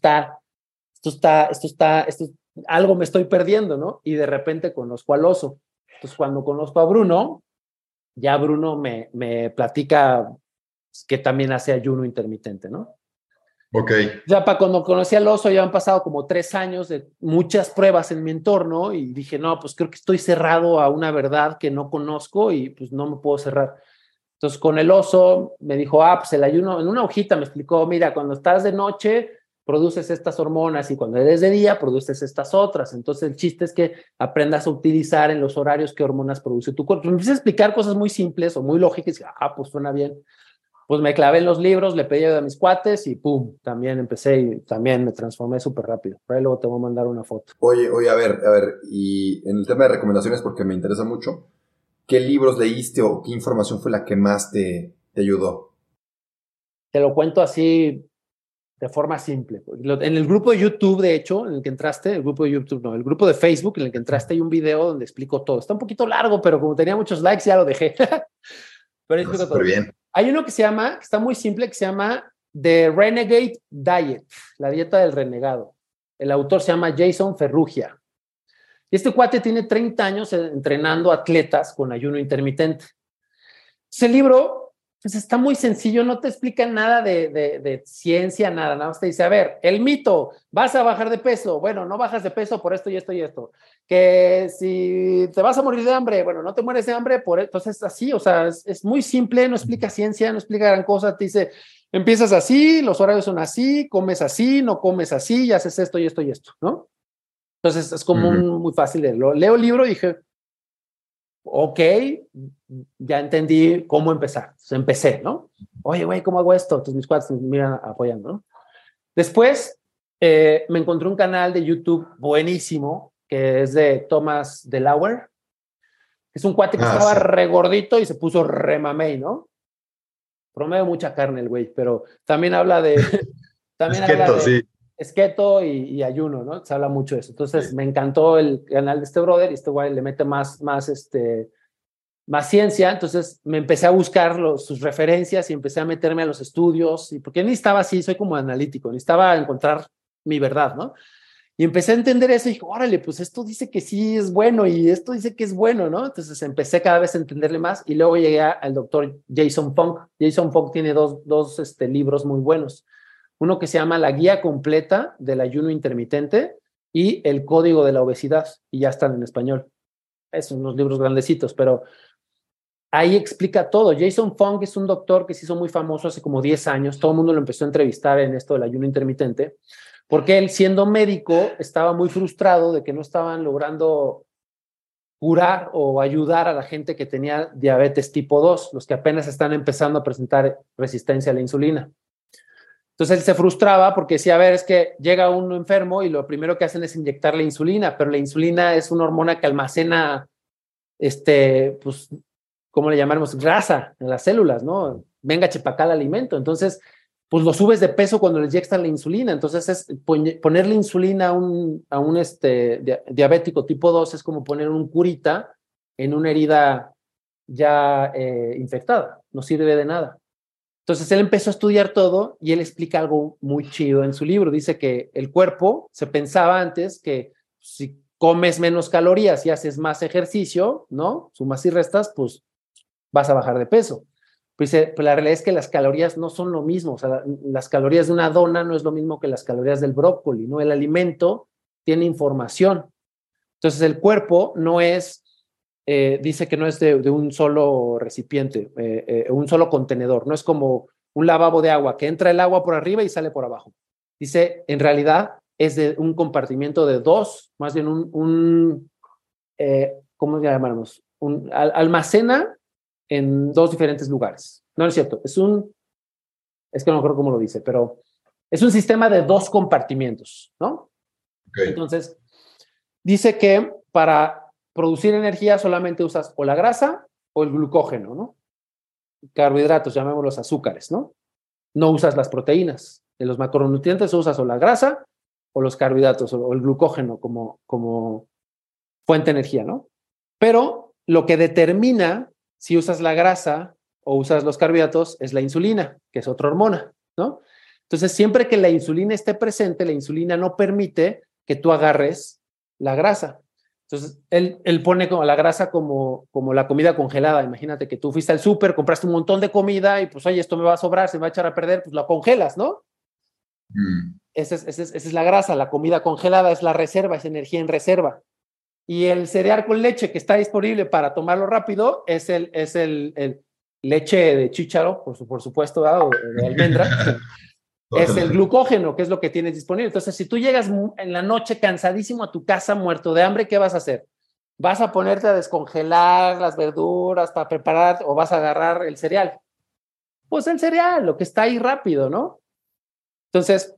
algo me estoy perdiendo, ¿no? Y de repente conozco al oso. Entonces, cuando conozco a Bruno, ya Bruno me platica que también hace ayuno intermitente, ¿no? Ok. Ya para cuando conocí al oso ya han pasado como 3 años de muchas pruebas en mi entorno y dije, no, pues creo que estoy cerrado a una verdad que no conozco y pues no me puedo cerrar. Entonces con el oso me dijo, pues el ayuno, en una hojita me explicó, mira, cuando estás de noche produces estas hormonas y cuando eres de día produces estas otras. Entonces el chiste es que aprendas a utilizar en los horarios qué hormonas produce tu cuerpo. Me empecé a explicar cosas muy simples o muy lógicas y pues suena bien. Pues me clavé en los libros, le pedí ayuda a mis cuates y pum, también empecé y también me transformé súper rápido. Por ahí luego te voy a mandar una foto. Oye, a ver, y en el tema de recomendaciones, porque me interesa mucho, ¿qué libros leíste o qué información fue la que más te ayudó? Te lo cuento así de forma simple. En el grupo de YouTube, de hecho, en el que entraste, el grupo de YouTube no, el grupo de Facebook en el que entraste hay un video donde explico todo. Está un poquito largo, pero como tenía muchos likes ya lo dejé. Pero explico todo. Bien. Hay uno que está muy simple, que se llama The Renegade Diet, la dieta del renegado. El autor se llama Jason Ferrugia. Y este cuate tiene 30 años entrenando atletas con ayuno intermitente. Ese libro Pues está muy sencillo, no te explican nada de ciencia, nada más te dice, a ver, el mito, vas a bajar de peso, bueno, no bajas de peso por esto y esto y esto, que si te vas a morir de hambre, bueno, no te mueres de hambre, entonces así, o sea, es muy simple, no explica ciencia, no explica gran cosa, te dice, empiezas así, los horarios son así, comes así, no comes así, y haces esto y esto y esto, ¿no? Entonces es como muy fácil leerlo. Leo el libro y dije, ok, ya entendí cómo empezar. Entonces empecé, ¿no? Oye, güey, ¿cómo hago esto? Entonces mis cuates me miran apoyando, ¿no? Después me encontré un canal de YouTube buenísimo que es de Thomas Delaware. Es un cuate que estaba re gordito y se puso re mamey, ¿no? Promedio mucha carne el güey, pero también habla de... también es keto, habla de, sí. Es keto y ayuno, ¿no? Se habla mucho de eso. Entonces me encantó el canal de este brother y este güey le mete más ciencia. Entonces me empecé a buscar sus referencias y empecé a meterme a los estudios. Y porque necesitaba así, soy como analítico, necesitaba encontrar mi verdad, ¿no? Y empecé a entender eso y dije, órale, pues esto dice que sí es bueno y esto dice que es bueno, ¿no? Entonces empecé cada vez a entenderle más y luego llegué al doctor Jason Fung. Jason Fung tiene dos libros muy buenos. Uno que se llama La Guía Completa del Ayuno Intermitente y El Código de la Obesidad, y ya están en español. Son unos libros grandecitos, pero ahí explica todo. Jason Fung es un doctor que se hizo muy famoso hace como 10 años. Todo el mundo lo empezó a entrevistar en esto del ayuno intermitente, porque él, siendo médico, estaba muy frustrado de que no estaban logrando curar o ayudar a la gente que tenía diabetes tipo 2, los que apenas están empezando a presentar resistencia a la insulina. Entonces él se frustraba porque decía, a ver, es que llega uno enfermo y lo primero que hacen es inyectarle insulina, pero la insulina es una hormona que almacena, pues, ¿cómo le llamaremos? Grasa en las células, ¿no? Venga, chepa el alimento. Entonces, pues lo subes de peso cuando le inyectan la insulina. Entonces, ponerle insulina a un diabético tipo 2 es como poner un curita en una herida ya infectada. No sirve de nada. Entonces él empezó a estudiar todo y él explica algo muy chido en su libro. Dice que el cuerpo se pensaba antes que si comes menos calorías y haces más ejercicio, ¿no? Sumas y restas, pues vas a bajar de peso. Pues la realidad es que las calorías no son lo mismo. O sea, las calorías de una dona no es lo mismo que las calorías del brócoli, ¿no? El alimento tiene información. Entonces el cuerpo no es... dice que no es de un solo recipiente, un solo contenedor, no es como un lavabo de agua, que entra el agua por arriba y sale por abajo. Dice, en realidad es de un compartimiento de dos, más bien ¿cómo llamamos? Almacena en dos diferentes lugares. No es cierto, es que no me acuerdo cómo lo dice, pero es un sistema de dos compartimientos, ¿no? Okay. Entonces, dice que para producir energía solamente usas o la grasa o el glucógeno, ¿no? Carbohidratos, llamémoslos azúcares, ¿no? No usas las proteínas. De los macronutrientes usas o la grasa o los carbohidratos o el glucógeno como fuente de energía, ¿no? Pero lo que determina si usas la grasa o usas los carbohidratos es la insulina, que es otra hormona, ¿no? Entonces, siempre que la insulina esté presente, la insulina no permite que tú agarres la grasa. Entonces, él pone como la grasa como la comida congelada. Imagínate que tú fuiste al súper, compraste un montón de comida y pues, oye, esto me va a sobrar, se me va a echar a perder, pues la congelas, ¿no? Esa es la grasa, la comida congelada es la reserva, es energía en reserva. Y el cereal con leche que está disponible para tomarlo rápido es el leche de chícharo, por supuesto, ¿verdad? O de almendra. Es el glucógeno, que es lo que tienes disponible. Entonces, si tú llegas en la noche cansadísimo a tu casa, muerto de hambre, ¿qué vas a hacer? ¿Vas a ponerte a descongelar las verduras para preparar o vas a agarrar el cereal? Pues el cereal, lo que está ahí rápido, ¿no? Entonces,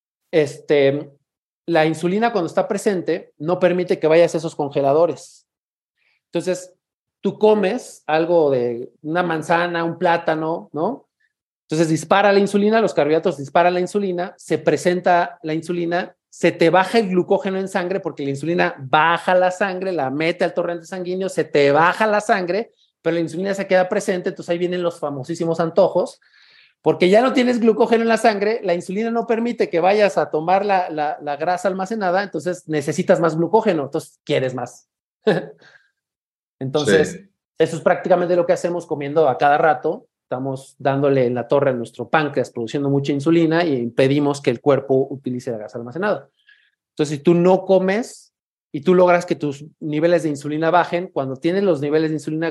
la insulina cuando está presente no permite que vayas a esos congeladores. Entonces, tú comes algo de una manzana, un plátano, ¿no? Entonces dispara la insulina, los carbohidratos disparan la insulina, se presenta la insulina, se te baja el glucógeno en sangre porque la insulina baja la sangre, la mete al torrente sanguíneo, se te baja la sangre, pero la insulina se queda presente, entonces ahí vienen los famosísimos antojos, porque ya no tienes glucógeno en la sangre, la insulina no permite que vayas a tomar la grasa almacenada, entonces necesitas más glucógeno, entonces quieres más. Entonces, sí. Eso es prácticamente lo que hacemos comiendo a cada rato, estamos dándole en la torre a nuestro páncreas, produciendo mucha insulina y impedimos que el cuerpo utilice la grasa almacenada. Entonces, si tú no comes y tú logras que tus niveles de insulina bajen, cuando tienes los niveles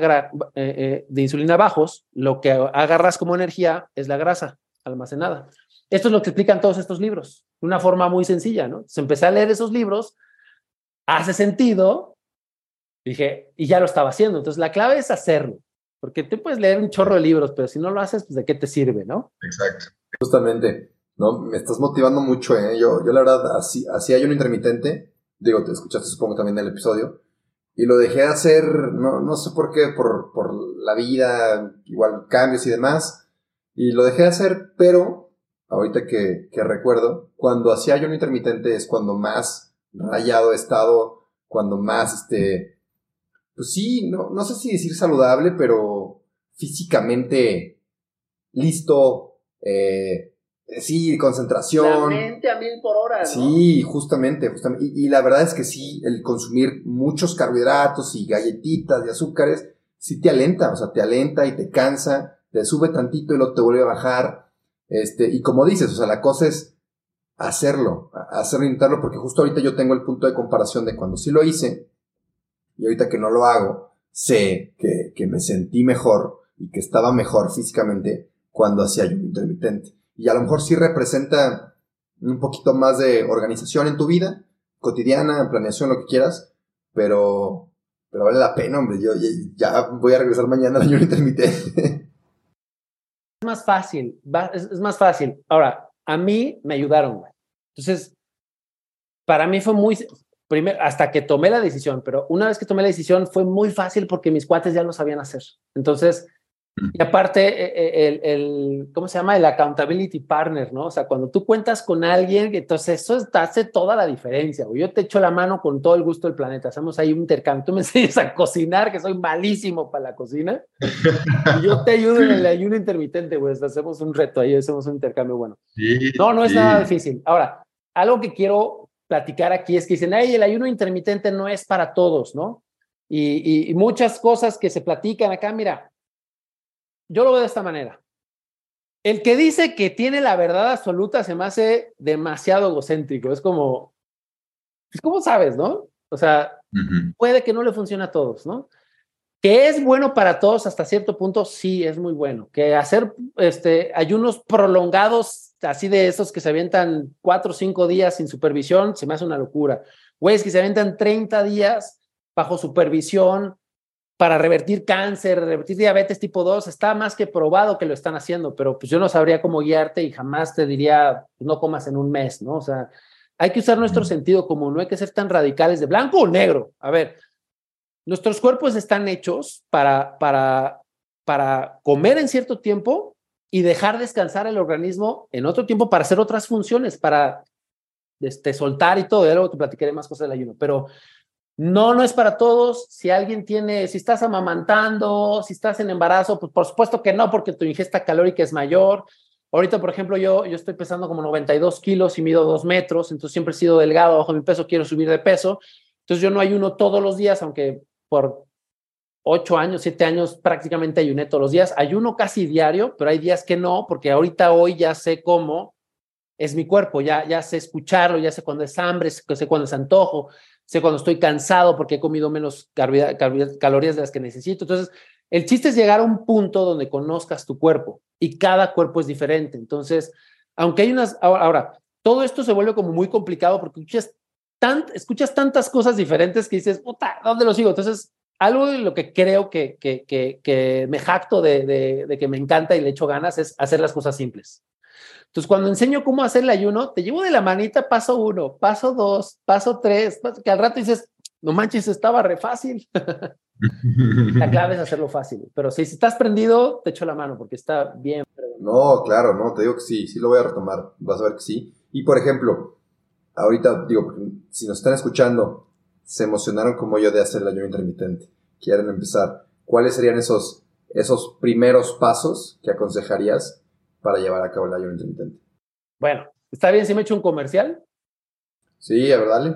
de insulina bajos, lo que agarras como energía es la grasa almacenada. Esto es lo que explican todos estos libros, de una forma muy sencilla, ¿no? Entonces, empecé a leer esos libros, hace sentido, dije, y ya lo estaba haciendo. Entonces, la clave es hacerlo, porque tú puedes leer un chorro de libros, pero si no lo haces, pues ¿de qué te sirve, no? Exacto. Justamente, ¿no? Me estás motivando mucho, ¿eh? Yo la verdad, así ayuno intermitente. Digo, te escuchaste supongo también el episodio. Y lo dejé de hacer, no sé por qué, por la vida, igual cambios y demás. Y lo dejé de hacer, pero ahorita que recuerdo, cuando hacía ayuno intermitente es cuando más rayado he estado, cuando más, pues sí, no sé si decir saludable, pero físicamente listo, sí, concentración. La mente a 1000 por hora, ¿no? Sí, justamente. Y la verdad es que sí, el consumir muchos carbohidratos y galletitas y azúcares, sí te alenta, o sea, te alenta y te cansa, te sube tantito y luego te vuelve a bajar. Y como dices, o sea, la cosa es hacerlo, intentarlo, porque justo ahorita yo tengo el punto de comparación de cuando sí lo hice y ahorita que no lo hago, sé que me sentí mejor y que estaba mejor físicamente cuando hacía ayuno intermitente. Y a lo mejor sí representa un poquito más de organización en tu vida, cotidiana, planeación, lo que quieras, pero vale la pena, hombre. Yo ya voy a regresar mañana al ayuno intermitente. Es más fácil, es más fácil. Ahora, a mí me ayudaron, güey. Entonces, para mí fue muy, primero, hasta que tomé la decisión, pero una vez que tomé la decisión fue muy fácil porque mis cuates ya lo sabían hacer. Entonces, y aparte, ¿cómo se llama? El accountability partner, ¿no? O sea, cuando tú cuentas con alguien, entonces eso hace toda la diferencia. Yo te echo la mano con todo el gusto del planeta. Hacemos ahí un intercambio. Tú me enseñas a cocinar, que soy malísimo para la cocina. Y yo te ayudo en el ayuno intermitente, güey. Hacemos un reto ahí, hacemos un intercambio bueno. Sí, No es sí. nada difícil. Ahora, algo que quiero platicar aquí es que dicen, ay, el ayuno intermitente no es para todos, ¿no? Y muchas cosas que se platican acá, mira, yo lo veo de esta manera. El que dice que tiene la verdad absoluta se me hace demasiado egocéntrico. Es como, pues, ¿cómo sabes, no? O sea, puede que no le funcione a todos, ¿no? Que es bueno para todos hasta cierto punto, sí, es muy bueno. Que hacer ayunos prolongados, así de esos que se avientan 4 o 5 días sin supervisión, se me hace una locura. Güeyes que se avientan 30 días bajo supervisión para revertir cáncer, revertir diabetes tipo 2, está más que probado que lo están haciendo, pero pues yo no sabría cómo guiarte y jamás te diría, no comas en un mes, ¿no? O sea, hay que usar nuestro sentido común, no hay que ser tan radicales de blanco o negro. A ver, nuestros cuerpos están hechos para comer en cierto tiempo y dejar descansar el organismo en otro tiempo para hacer otras funciones, para soltar y todo. Ya luego te platicaré más cosas del ayuno, pero no es para todos. Si estás amamantando, si estás en embarazo, pues por supuesto que no, porque tu ingesta calórica es mayor. Ahorita, por ejemplo, yo estoy pesando como 92 kilos y mido 2 metros, entonces siempre he sido delgado, bajo mi peso, quiero subir de peso. Entonces yo no ayuno todos los días, aunque por 8 años, 7 años prácticamente ayuné todos los días. Ayuno casi diario, pero hay días que no, porque hoy ya sé cómo es mi cuerpo, ya sé escucharlo, ya sé cuando es hambre, sé cuando es antojo, sé cuando estoy cansado porque he comido menos calorías de las que necesito. Entonces, el chiste es llegar a un punto donde conozcas tu cuerpo y cada cuerpo es diferente. Entonces, aunque hay ahora, todo esto se vuelve como muy complicado porque escuchas tantas cosas diferentes que dices, puta, ¿dónde lo sigo? Entonces, algo de lo que creo que me jacto de que me encanta y le echo ganas es hacer las cosas simples. Entonces, cuando enseño cómo hacer el ayuno, te llevo de la manita paso 1, paso 2, paso 3, que al rato dices, no manches, estaba re fácil. La clave es hacerlo fácil. Pero si estás prendido, te echo la mano porque está bien. No, claro, no, te digo que sí lo voy a retomar. Vas a ver que sí. Y por ejemplo, ahorita digo, si nos están escuchando, se emocionaron como yo de hacer el ayuno intermitente, quieren empezar, ¿cuáles serían esos primeros pasos que aconsejarías para llevar a cabo el ayuno intermitente? Bueno, ¿está bien si me echo un comercial? Sí, a ver, dale.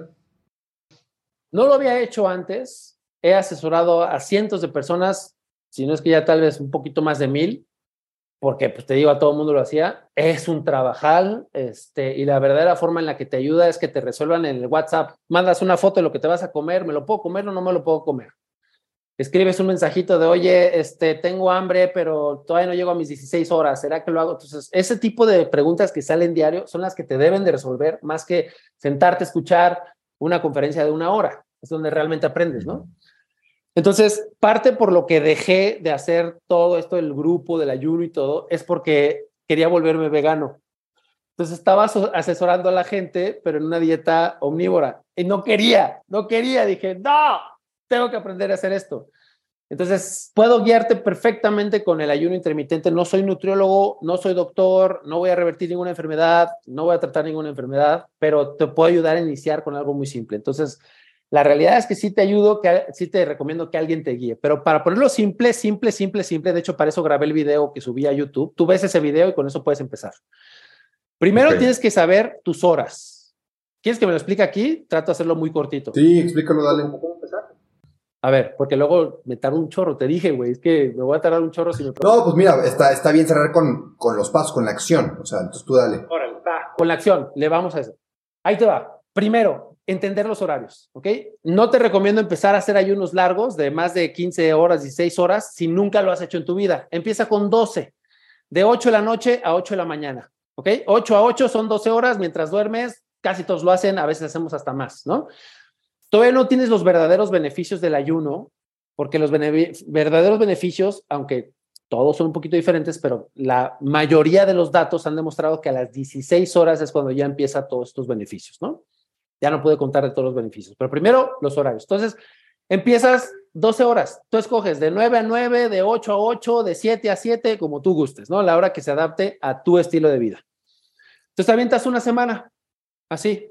No lo había hecho antes. He asesorado a cientos de personas, si no es que ya tal vez un poquito más de 1000. porque pues te digo, a todo el mundo lo hacía, es un trabajal, y la verdadera forma en la que te ayuda es que te resuelvan en el WhatsApp, mandas una foto de lo que te vas a comer, ¿me lo puedo comer o no me lo puedo comer? Escribes un mensajito de, oye, tengo hambre, pero todavía no llego a mis 16 horas, ¿será que lo hago? Entonces, ese tipo de preguntas que salen diario son las que te deben de resolver, más que sentarte a escuchar una conferencia de 1 hora, es donde realmente aprendes, ¿no? Entonces, parte por lo que dejé de hacer todo esto del grupo, del ayuno y todo, es porque quería volverme vegano. Entonces estaba asesorando a la gente, pero en una dieta omnívora. Y no quería. Dije, no, tengo que aprender a hacer esto. Entonces, puedo guiarte perfectamente con el ayuno intermitente. No soy nutriólogo, no soy doctor, no voy a revertir ninguna enfermedad, no voy a tratar ninguna enfermedad, pero te puedo ayudar a iniciar con algo muy simple. Entonces, la realidad es que sí te ayudo, sí te recomiendo que alguien te guíe, pero para ponerlo simple, de hecho, para eso grabé el video que subí a YouTube. Tú ves ese video y con eso puedes empezar. Primero tienes que saber tus horas. ¿Quieres que me lo explique aquí? Trato de hacerlo muy cortito. Sí, explícalo, dale. ¿Cómo empezar? A ver, porque luego me tardo un chorro. Te dije, güey, es que me voy a tardar un chorro si me... No, pues mira, está bien cerrar con los pasos, con la acción. O sea, entonces tú dale. Órale, va. Con la acción, le vamos a eso. Ahí te va. Primero, entender los horarios, ¿ok? No te recomiendo empezar a hacer ayunos largos de más de 15 horas, 16 horas, si nunca lo has hecho en tu vida. Empieza con 12, de 8 de la noche a 8 de la mañana, ¿ok? 8 a 8 son 12 horas, mientras duermes, casi todos lo hacen, a veces hacemos hasta más, ¿no? Todavía no tienes los verdaderos beneficios del ayuno, porque los verdaderos beneficios, aunque todos son un poquito diferentes, pero la mayoría de los datos han demostrado que a las 16 horas es cuando ya empieza todos estos beneficios, ¿no? Ya no pude contar de todos los beneficios, pero primero los horarios. Entonces, empiezas 12 horas. Tú escoges de 9 a 9, de 8 a 8, de 7 a 7, como tú gustes, ¿no? La hora que se adapte a tu estilo de vida. Entonces, te avientas una semana, así.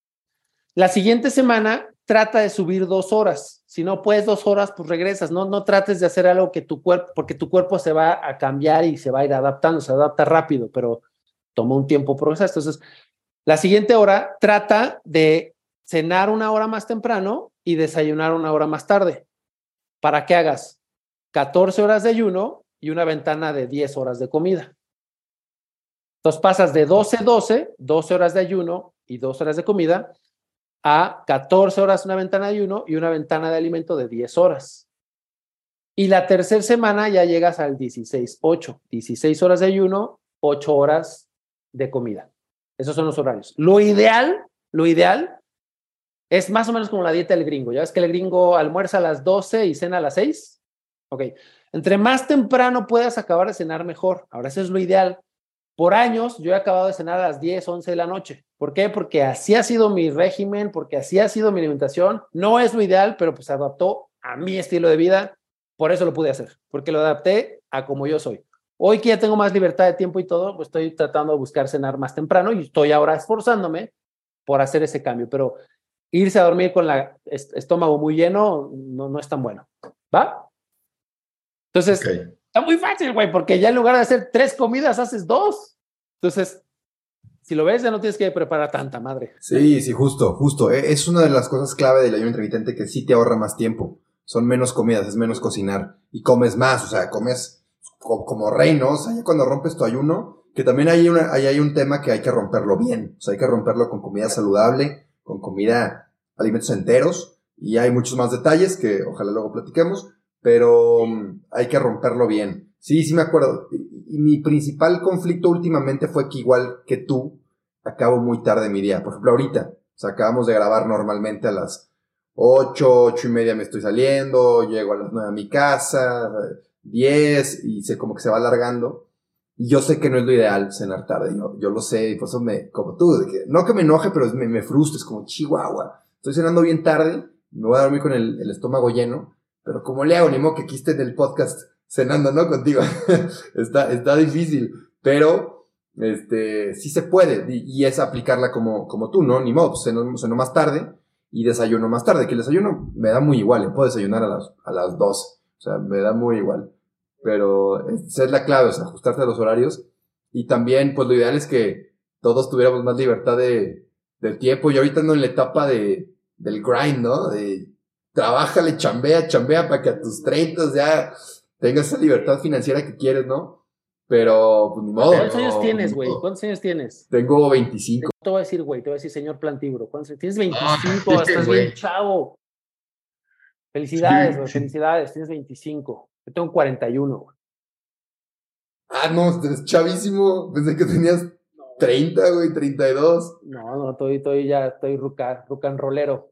La siguiente semana, trata de subir 2 horas. Si no puedes 2 horas, pues regresas. No trates de hacer algo que tu cuerpo, porque tu cuerpo se va a cambiar y se va a ir adaptando, se adapta rápido, pero toma un tiempo progresar. Entonces, la siguiente hora, trata de cenar 1 hora más temprano y desayunar 1 hora más tarde, para que hagas 14 horas de ayuno y una ventana de 10 horas de comida. Entonces pasas de 12 horas de ayuno y 2 horas de comida, a 14 horas una ventana de ayuno y una ventana de alimento de 10 horas. Y la tercera semana ya llegas al 16-8, 16 horas de ayuno, 8 horas de comida. Esos son los horarios. Lo ideal es más o menos como la dieta del gringo. Ya ves que el gringo almuerza a las 12 y cena a las 6. Ok. Entre más temprano puedas acabar de cenar, mejor. Ahora, eso es lo ideal. Por años, yo he acabado de cenar a las 10, 11 de la noche. ¿Por qué? Porque así ha sido mi régimen, porque así ha sido mi alimentación. No es lo ideal, pero pues se adaptó a mi estilo de vida. Por eso lo pude hacer, porque lo adapté a como yo soy. Hoy que ya tengo más libertad de tiempo y todo, pues estoy tratando de buscar cenar más temprano y estoy ahora esforzándome por hacer ese cambio. Pero irse a dormir con el estómago muy lleno no es tan bueno. ¿Va? Entonces, está muy fácil, güey, porque ya en lugar de hacer 3 comidas, haces 2. Entonces, si lo ves, ya no tienes que preparar tanta madre. Sí, justo. Es una de las cosas clave del ayuno intermitente que sí te ahorra más tiempo. Son menos comidas, es menos cocinar. Y comes más, o sea, comes como rey, ¿no? O sea, ya cuando rompes tu ayuno, que también hay un tema que hay que romperlo bien. O sea, hay que romperlo con comida saludable, con comida, alimentos enteros. Y hay muchos más detalles que ojalá luego platiquemos, pero hay que romperlo bien. Sí me acuerdo. Y mi principal conflicto últimamente fue que igual que tú, acabo muy tarde mi día. Por ejemplo, ahorita, o sea, acabamos de grabar normalmente a las 8:30 me estoy saliendo, llego a las 9 a mi casa, 10, y sé como que se va alargando. Y yo sé que no es lo ideal cenar tarde, yo lo sé, y por eso como tú, no que me enoje, pero me frustra, es como chihuahua. Estoy cenando bien tarde, me voy a dormir con el estómago lleno, pero como le hago, ni modo que aquí esté en el podcast cenando, ¿no? Contigo. está difícil, pero sí se puede, y es aplicarla como tú, ¿no? Ni modo, pues ceno más tarde y desayuno más tarde, que el desayuno me da muy igual, puedo desayunar a las 2, o sea, me da muy igual, pero esa es la clave, o sea, ajustarte a los horarios, y también, pues lo ideal es que todos tuviéramos más libertad del tiempo, y ahorita ando en la etapa del grind, ¿no? De trabájale, chambea para que a tus 30 ya tengas esa libertad financiera que quieres, ¿no? Pero, pues, ni modo. ¿Cuántos años tienes, güey? ¿Cuántos años tienes? Tengo 25. No te voy a decir, güey, te voy a decir señor Plantívoro. Tienes 25, Ah, estás güey. bien chavo. Felicidades, güey, Sí. felicidades, tienes 25. Yo tengo 41, güey. Ah, no, es chavísimo. Pensé que tenías 30, güey, 32. No, estoy ruca and rollero.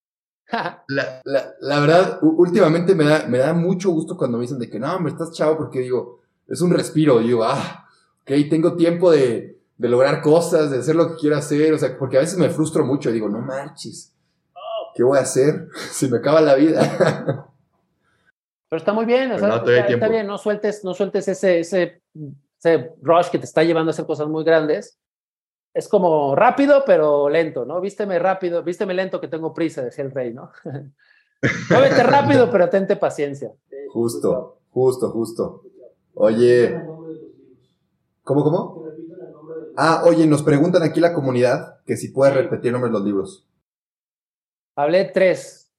La verdad, últimamente me da mucho gusto cuando me dicen de que no, hombre, estás chavo, porque digo, es un respiro. Digo, ok, tengo tiempo de lograr cosas, de hacer lo que quiero hacer. O sea, porque a veces me frustro mucho. Digo, no marches, ¿qué voy a hacer? Se me acaba la vida. Pero está muy bien, o sea, No, todavía hay está tiempo. bien, no sueltes ese rush que te está llevando a hacer cosas muy grandes. Es como rápido, pero lento, ¿no? Vísteme rápido, vísteme lento que tengo prisa, decía el rey, ¿no? Muévete rápido, pero tente paciencia. Justo. Oye, ¿cómo? Oye, nos preguntan aquí la comunidad que si puedes repetir el nombre de los libros. Hablé 3.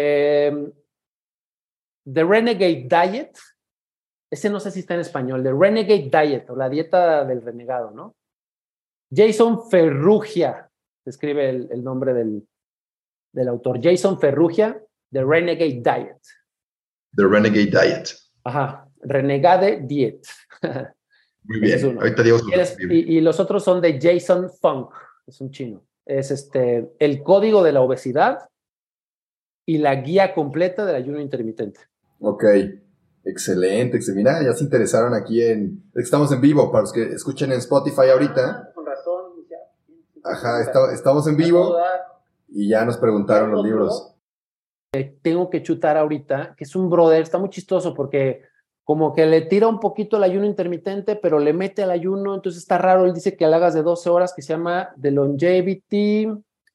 The Renegade Diet. Ese no sé si está en español. The Renegade Diet, o la dieta del renegado, ¿no? Jason Ferrugia, se escribe el nombre del autor. Jason Ferrugia, The Renegade Diet. The Renegade Diet. Ajá, Renegade Diet. Muy bien. Ahorita digo su y los otros son de Jason Fung, es un chino. Es el código de la obesidad y la guía completa del ayuno intermitente. Ok, excelente. Mira, ya se interesaron aquí estamos en vivo, para los que escuchen en Spotify ahorita. Con razón. Ajá, estamos en vivo y ya nos preguntaron los libros. Tengo que chutar ahorita, que es un brother, está muy chistoso porque como que le tira un poquito el ayuno intermitente, pero le mete al ayuno, entonces está raro. Él dice que le hagas de 12 horas, que se llama The Longevity,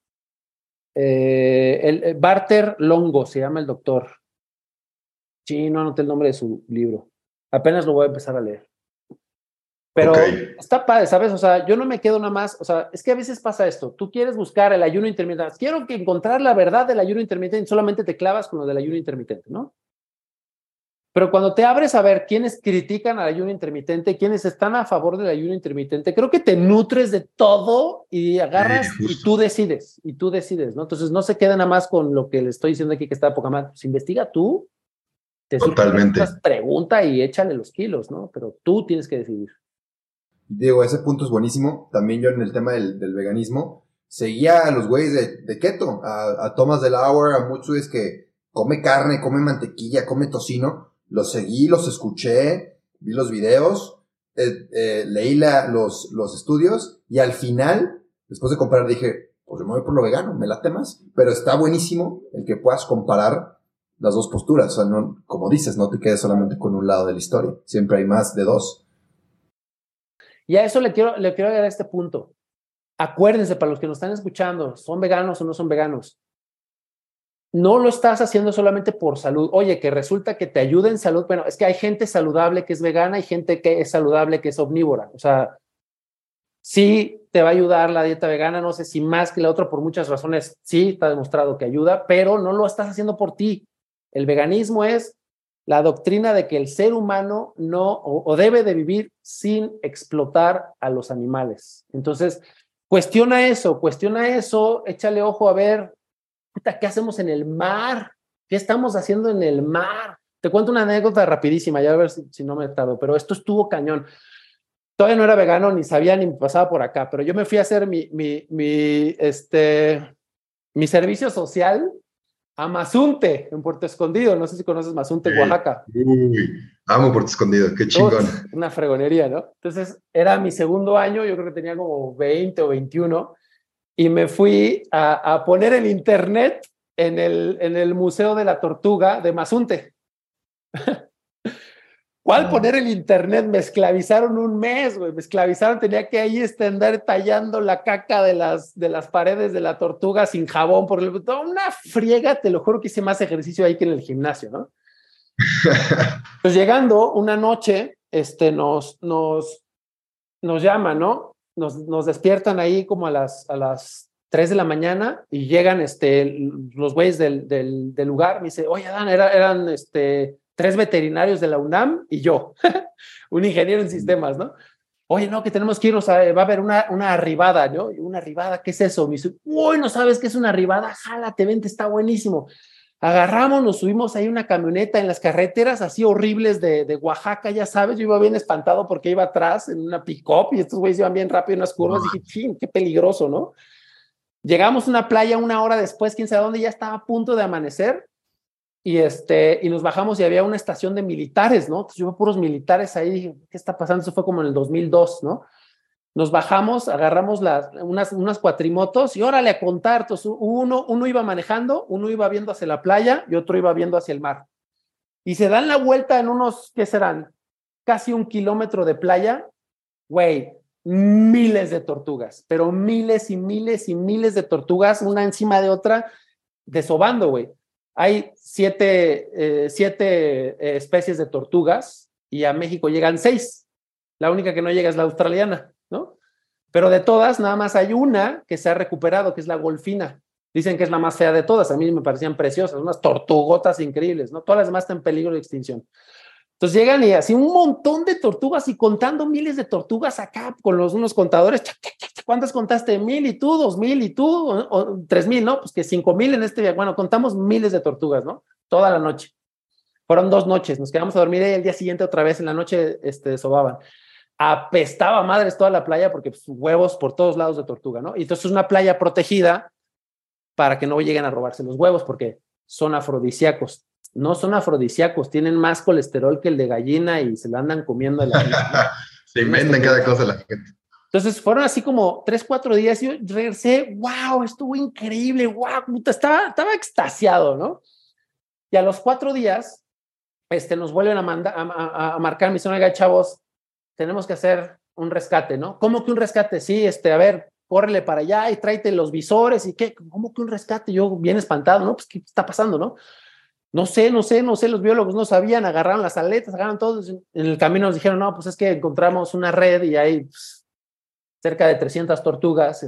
el Barter Longo, se llama el doctor. Sí, no anoté el nombre de su libro. Apenas lo voy a empezar a leer. Pero está padre, ¿sabes? O sea, yo no me quedo nada más, o sea, es que a veces pasa esto. Tú quieres buscar el ayuno intermitente. Quiero encontrar la verdad del ayuno intermitente, solamente te clavas con lo del ayuno intermitente, ¿no? Pero cuando te abres a ver quiénes critican al ayuno intermitente, quiénes están a favor del ayuno intermitente, creo que te nutres de todo y agarras y tú decides, ¿no? Entonces no se queda nada más con lo que le estoy diciendo aquí que está poca más. Pues investiga tú, te Totalmente. Pregunta y échale los kilos, ¿no? Pero tú tienes que decidir. Diego, ese punto es buenísimo. También yo en el tema del veganismo seguía a los güeyes de keto, a Thomas DeLauer, a muchos güeyes que come carne, come mantequilla, come tocino. Los seguí, los escuché, vi los videos, leí los estudios y al final, después de comparar, dije, pues yo me voy por lo vegano, me late más. Pero está buenísimo el que puedas comparar las dos posturas. O sea, no, como dices, no te quedes solamente con un lado de la historia. Siempre hay más de dos. Y a eso le quiero agregar este punto. Acuérdense, para los que nos están escuchando, ¿son veganos o no son veganos? No lo estás haciendo solamente por salud. Oye, que resulta que te ayuda en salud. Bueno, es que hay gente saludable que es vegana y gente que es saludable que es omnívora. O sea, sí te va a ayudar la dieta vegana, no sé si más que la otra por muchas razones, sí está demostrado que ayuda, pero no lo estás haciendo por ti. El veganismo es la doctrina de que el ser humano no o debe de vivir sin explotar a los animales. Entonces, cuestiona eso, échale ojo a ver, ¿qué hacemos en el mar? ¿Qué estamos haciendo en el mar? Te cuento una anécdota rapidísima, ya a ver si no me tardo, pero esto estuvo cañón. Todavía no era vegano, ni sabía, ni pasaba por acá, pero yo me fui a hacer mi servicio social a Mazunte, en Puerto Escondido. No sé si conoces Mazunte, Oaxaca. Uy, amo Puerto Escondido, qué chingón. Una fregonería, ¿no? Entonces, era mi segundo año, yo creo que tenía como 20 o 21, y me fui a poner el internet en el Museo de la Tortuga de Mazunte. ¿Cuál poner el internet? Me esclavizaron un mes, güey. Me esclavizaron, tenía que ahí andar tallando la caca de las paredes de la tortuga sin jabón. Una friega, te lo juro que hice más ejercicio ahí que en el gimnasio, ¿no? Pues llegando una noche, nos llaman, ¿no? Nos despiertan ahí como a las 3 de la mañana y llegan los güeyes del lugar. Me dice, oye, Dan, eran 3 veterinarios de la UNAM y yo. un ingeniero en sistemas, ¿no? Oye, no, que tenemos que irnos, va a haber una arribada, ¿no? Y una arribada, ¿qué es eso? Me dice, uy, ¿no sabes qué es una arribada? Jálate, vente, está buenísimo. Agarramos, nos subimos ahí una camioneta en las carreteras así horribles de Oaxaca, ya sabes, yo iba bien espantado porque iba atrás en una pick-up y estos güeyes iban bien rápido en las curvas, dije, ching, qué peligroso, ¿no? Llegamos a una playa 1 hora después, quién sabe dónde, ya estaba a punto de amanecer y nos bajamos y había una estación de militares, ¿no? Entonces yo vi puros militares ahí, dije, ¿qué está pasando? Eso fue como en el 2002, ¿no? Nos bajamos, agarramos unas cuatrimotos y órale a contar. Entonces, uno iba manejando, uno iba viendo hacia la playa y otro iba viendo hacia el mar. Y se dan la vuelta en unos, ¿qué serán? Casi 1 kilómetro de playa. Güey, miles de tortugas, pero miles y miles y miles de tortugas, una encima de otra, desobando, güey. Hay siete especies de tortugas y a México llegan 6. La única que no llega es la australiana, ¿no? Pero de todas, nada más hay una que se ha recuperado, que es la golfina. Dicen que es la más fea de todas. A mí me parecían preciosas, unas tortugotas increíbles, ¿no? Todas las demás están en peligro de extinción. Entonces llegan y así un montón de tortugas y contando miles de tortugas acá con unos contadores. ¿Cuántas contaste? 1,000 y tú, 2,000 y tú, o 3,000, ¿no? Pues que 5,000 en este día. Bueno, contamos miles de tortugas, ¿no? Toda la noche. Fueron 2 noches. Nos quedamos a dormir y el día siguiente otra vez en la noche sobaban. Apestaba madres toda la playa porque pues, huevos por todos lados de tortuga, ¿no? Y entonces es una playa protegida para que no lleguen a robarse los huevos porque son afrodisíacos. No son afrodisíacos, tienen más colesterol que el de gallina y se la andan comiendo. Se inventan cada cosa la gente. Entonces fueron así como 3, 4 días y yo regresé, wow, estuvo increíble, wow, puta, estaba extasiado, ¿no? Y a los 4 días nos vuelven a marcar, me dicen, oiga, chavos, tenemos que hacer un rescate, ¿no? ¿Cómo que un rescate? Sí, a ver, córrele para allá y tráete los visores y qué, ¿cómo que un rescate? Yo bien espantado, ¿no? Pues, ¿qué está pasando, no? No sé, los biólogos no sabían, agarraron las aletas, agarraron todos, en el camino nos dijeron, no, pues es que encontramos una red y hay pues, cerca de 300 tortugas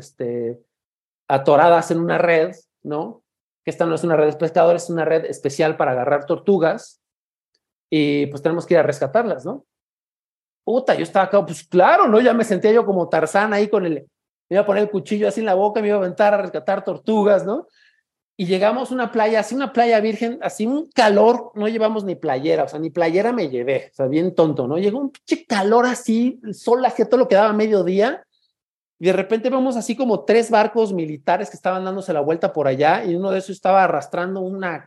atoradas en una red, ¿no? Que esta no es una red de pescadores, es una red especial para agarrar tortugas y pues tenemos que ir a rescatarlas, ¿no? Puta, yo estaba acá, pues claro, ¿no? Ya me sentía yo como Tarzán ahí me iba a poner el cuchillo así en la boca, me iba a aventar a rescatar tortugas, ¿no? Y llegamos a una playa, así una playa virgen, así un calor, no llevamos ni playera, o sea, ni playera me llevé, o sea, bien tonto, ¿no? Llegó un pinche calor así, el sol hacía todo lo que daba a mediodía, y de repente vemos así como 3 barcos militares que estaban dándose la vuelta por allá, y uno de esos estaba arrastrando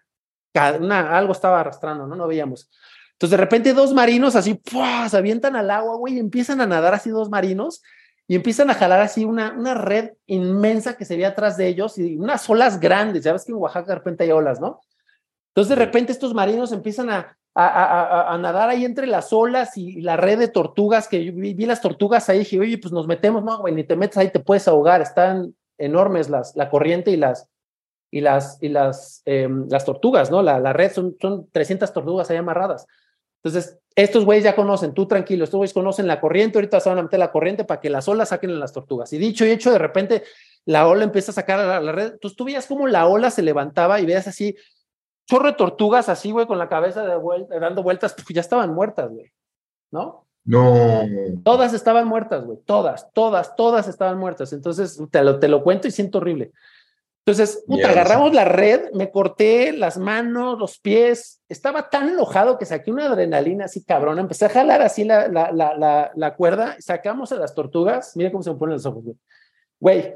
algo estaba arrastrando, ¿no? No veíamos. Entonces de repente 2 marinos así, ¡pua!, se avientan al agua, güey, y empiezan a nadar así 2 marinos, y empiezan a jalar así una red inmensa que se ve atrás de ellos y unas olas grandes. Ya ves que en Oaxaca de repente hay olas, ¿no? Entonces de repente estos marinos empiezan a nadar ahí entre las olas y la red de tortugas, que yo vi las tortugas ahí y dije, oye, pues nos metemos. No, güey, ni te metes ahí, te puedes ahogar. Están enormes la corriente y las tortugas, ¿no? La red son 300 tortugas ahí amarradas. Entonces, estos güeyes ya conocen, tú tranquilo, estos güeyes conocen la corriente, ahorita se van a meter la corriente para que las olas saquen a las tortugas. Y dicho y hecho, de repente la ola empieza a sacar a la red. Entonces tú veías cómo la ola se levantaba y veías así, chorro de tortugas así, güey, con la cabeza dando vueltas, pues ya estaban muertas, güey, ¿no? No. Todas estaban muertas, güey, todas estaban muertas. Entonces te lo cuento y siento horrible. Entonces, puta, agarramos la red, me corté las manos, los pies, estaba tan enojado que saqué una adrenalina así cabrona, empecé a jalar así la cuerda, sacamos a las tortugas, mira cómo se me ponen los ojos, güey,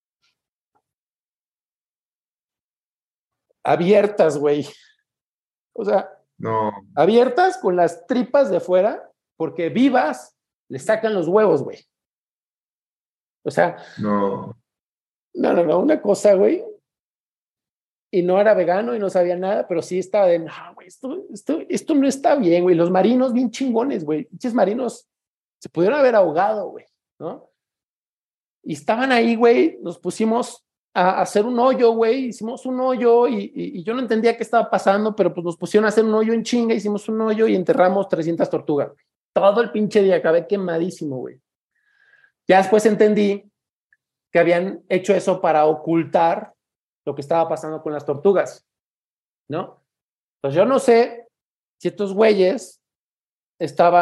abiertas, güey, o sea, no. abiertas con las tripas de fuera, porque vivas le sacan los huevos, güey. O sea, No, una cosa, güey. Y no era vegano y no sabía nada, pero sí estaba de, no, güey, esto no está bien, güey. Los marinos bien chingones, güey. Pinches marinos se pudieron haber ahogado, güey, ¿no? Y estaban ahí, güey, nos pusimos a hacer un hoyo, güey, hicimos un hoyo y yo no entendía qué estaba pasando, pero pues nos pusieron a hacer un hoyo en chinga, hicimos un hoyo y enterramos 300 tortugas, güey. Todo el pinche día, acabé quemadísimo, güey. Ya después entendí que habían hecho eso para ocultar lo que estaba pasando con las tortugas, ¿no? Pues yo no sé si estos güeyes estaban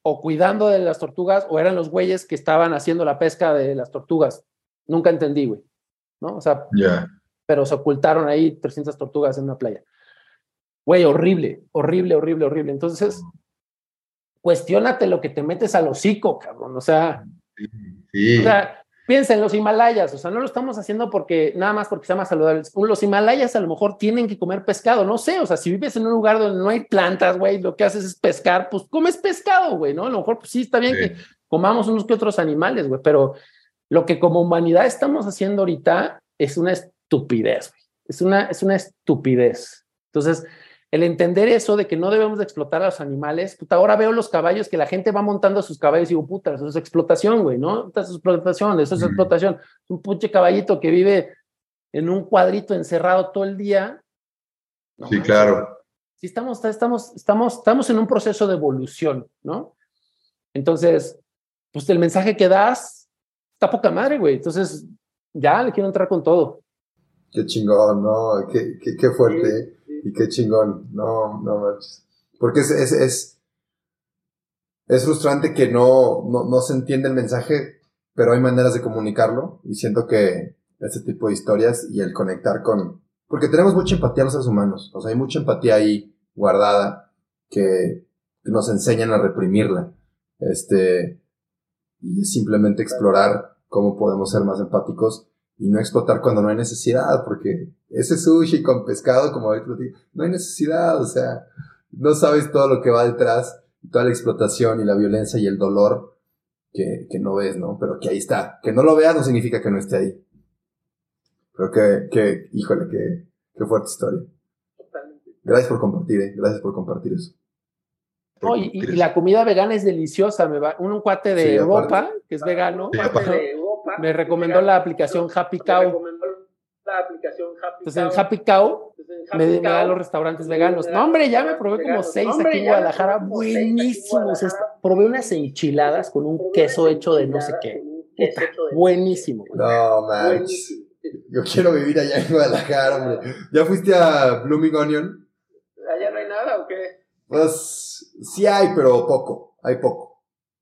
o cuidando de las tortugas o eran los güeyes que estaban haciendo la pesca de las tortugas. Nunca entendí, güey, ¿no? O sea, pero se ocultaron ahí 300 tortugas en una playa. Güey, horrible. Entonces, cuestiónate lo que te metes al hocico, cabrón. O sea, Sí. O sea, piensa en los Himalayas. O sea, no lo estamos haciendo nada más porque sea más saludable. Los Himalayas a lo mejor tienen que comer pescado. No sé, o sea, si vives en un lugar donde no hay plantas, güey, lo que haces es pescar, pues comes pescado, güey, ¿no? A lo mejor, pues sí, está bien que comamos unos que otros animales, güey, pero lo que como humanidad estamos haciendo ahorita es una estupidez, güey. Es una estupidez. Entonces, el entender eso de que no debemos de explotar a los animales, puta, ahora veo los caballos que la gente va montando sus caballos y digo, puta, eso es explotación, güey, ¿no? Eso es explotación, Es un puche caballito que vive en un cuadrito encerrado todo el día. No, sí, claro. Sí, estamos en un proceso de evolución, ¿no? Entonces, pues el mensaje que das está poca madre, güey. Entonces, ya le quiero entrar con todo. Qué chingón, ¿no? Qué fuerte. Y qué chingón. No manches. Porque es frustrante que no se entiende el mensaje, pero hay maneras de comunicarlo. Y siento que este tipo de historias y el conectar con... Porque tenemos mucha empatía los seres humanos. O sea, hay mucha empatía ahí guardada que nos enseñan a reprimirla. Y es simplemente explorar cómo podemos ser más empáticos y no explotar cuando no hay necesidad, porque ese sushi con pescado, como ahorita lo digo, no hay necesidad, o sea, no sabes todo lo que va detrás, toda la explotación y la violencia y el dolor que no ves, ¿no? Pero que ahí está. Que no lo veas no significa que no esté ahí. Pero híjole, qué fuerte historia. Totalmente. Gracias por compartir, Gracias por compartir eso. No, y la comida vegana es deliciosa. Un cuate de Europa, que es vegano, me recomendó la aplicación Happy Cow. Entonces en Happy Cow me da los restaurantes veganos. No, hombre, ya me probé como 6 aquí en Guadalajara. Buenísimos. Probé unas enchiladas con un queso hecho de no sé qué. Buenísimo. No, manches. Yo quiero vivir allá en Guadalajara, hombre. ¿Ya fuiste a Blooming Onion? ¿Allá no hay nada o qué? Pues sí hay, pero poco. Hay poco.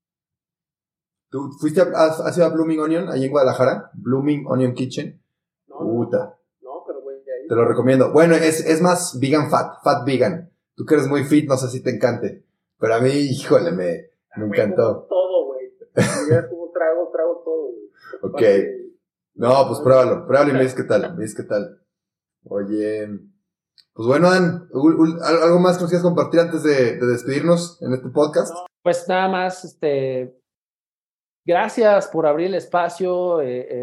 ¿Tú has ido a Blooming Onion, ahí en Guadalajara? Blooming Onion Kitchen. Puta. No, pero güey, ahí. Te lo recomiendo. Bueno, es más vegan fat vegan. Tú que eres muy fit, no sé si te encante. Pero a mí, híjole, me encantó. Todo, güey. Ya como trago todo, güey. Ok. No, pues pruébalo y me dices qué tal. Oye, pues bueno, Dan, ¿algo más que nos quieras compartir antes de despedirnos en este podcast? Pues nada más, gracias por abrir el espacio,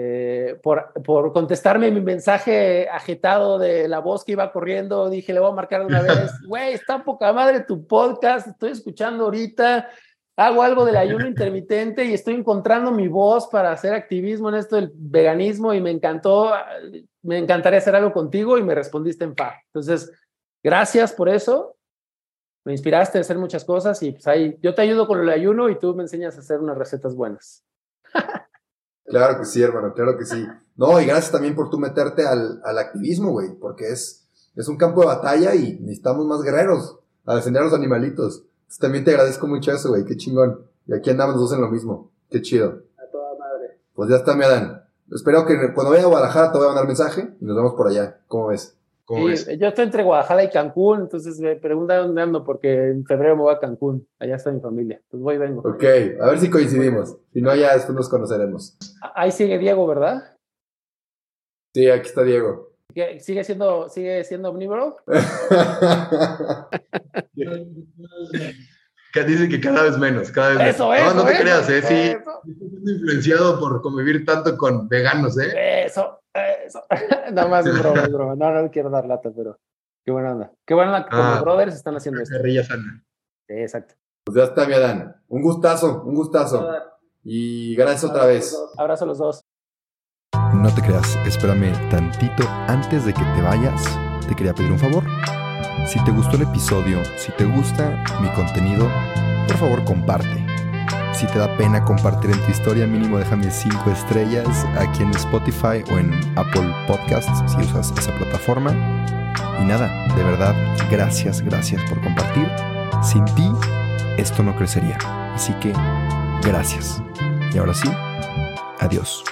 por contestarme mi mensaje agitado de la voz que iba corriendo. Dije, le voy a marcar una vez. Güey, está poca madre tu podcast, estoy escuchando ahorita, hago algo del ayuno intermitente y estoy encontrando mi voz para hacer activismo en esto del veganismo y me encantaría hacer algo contigo y me respondiste en paz. Entonces, gracias por eso. Me inspiraste a hacer muchas cosas y pues ahí yo te ayudo con el ayuno y tú me enseñas a hacer unas recetas buenas. Claro que sí, hermano, claro que sí. No, y gracias también por tú meterte al activismo, güey, porque es un campo de batalla y necesitamos más guerreros a defender a los animalitos. Entonces, también te agradezco mucho eso, güey, qué chingón. Y aquí andamos los dos en lo mismo, qué chido. A toda madre. Pues ya está, mi Adán. Espero que cuando vaya a Guadalajara te voy a mandar mensaje y nos vemos por allá. ¿Cómo ves? Sí, yo estoy entre Guadalajara y Cancún, entonces me pregunta dónde ando porque en febrero me voy a Cancún, allá está mi familia, pues voy y vengo. Ok, a ver si coincidimos, si no ya después nos conoceremos. Ahí sigue Diego, ¿verdad? Sí, aquí está Diego. ¿Sigue siendo omnívoro? Que dice que cada vez menos, Eso, no te creas, sí. Eso. Estoy influenciado por convivir tanto con veganos, Eso. Nada más es broma. No quiero dar lata, pero qué buena onda. Qué buena onda que como brothers están haciendo esto. Carrilla sana. Sí, exacto. Pues ya está, mi Adán. Un gustazo. Y gracias otra vez. Abrazo a los dos. No te creas, espérame tantito antes de que te vayas. Te quería pedir un favor. Si te gustó el episodio, si te gusta mi contenido, por favor comparte. Si te da pena compartir en tu historia, mínimo déjame 5 estrellas aquí en Spotify o en Apple Podcasts si usas esa plataforma. Y nada, de verdad, gracias por compartir. Sin ti esto no crecería. Así que, gracias. Y ahora sí, adiós.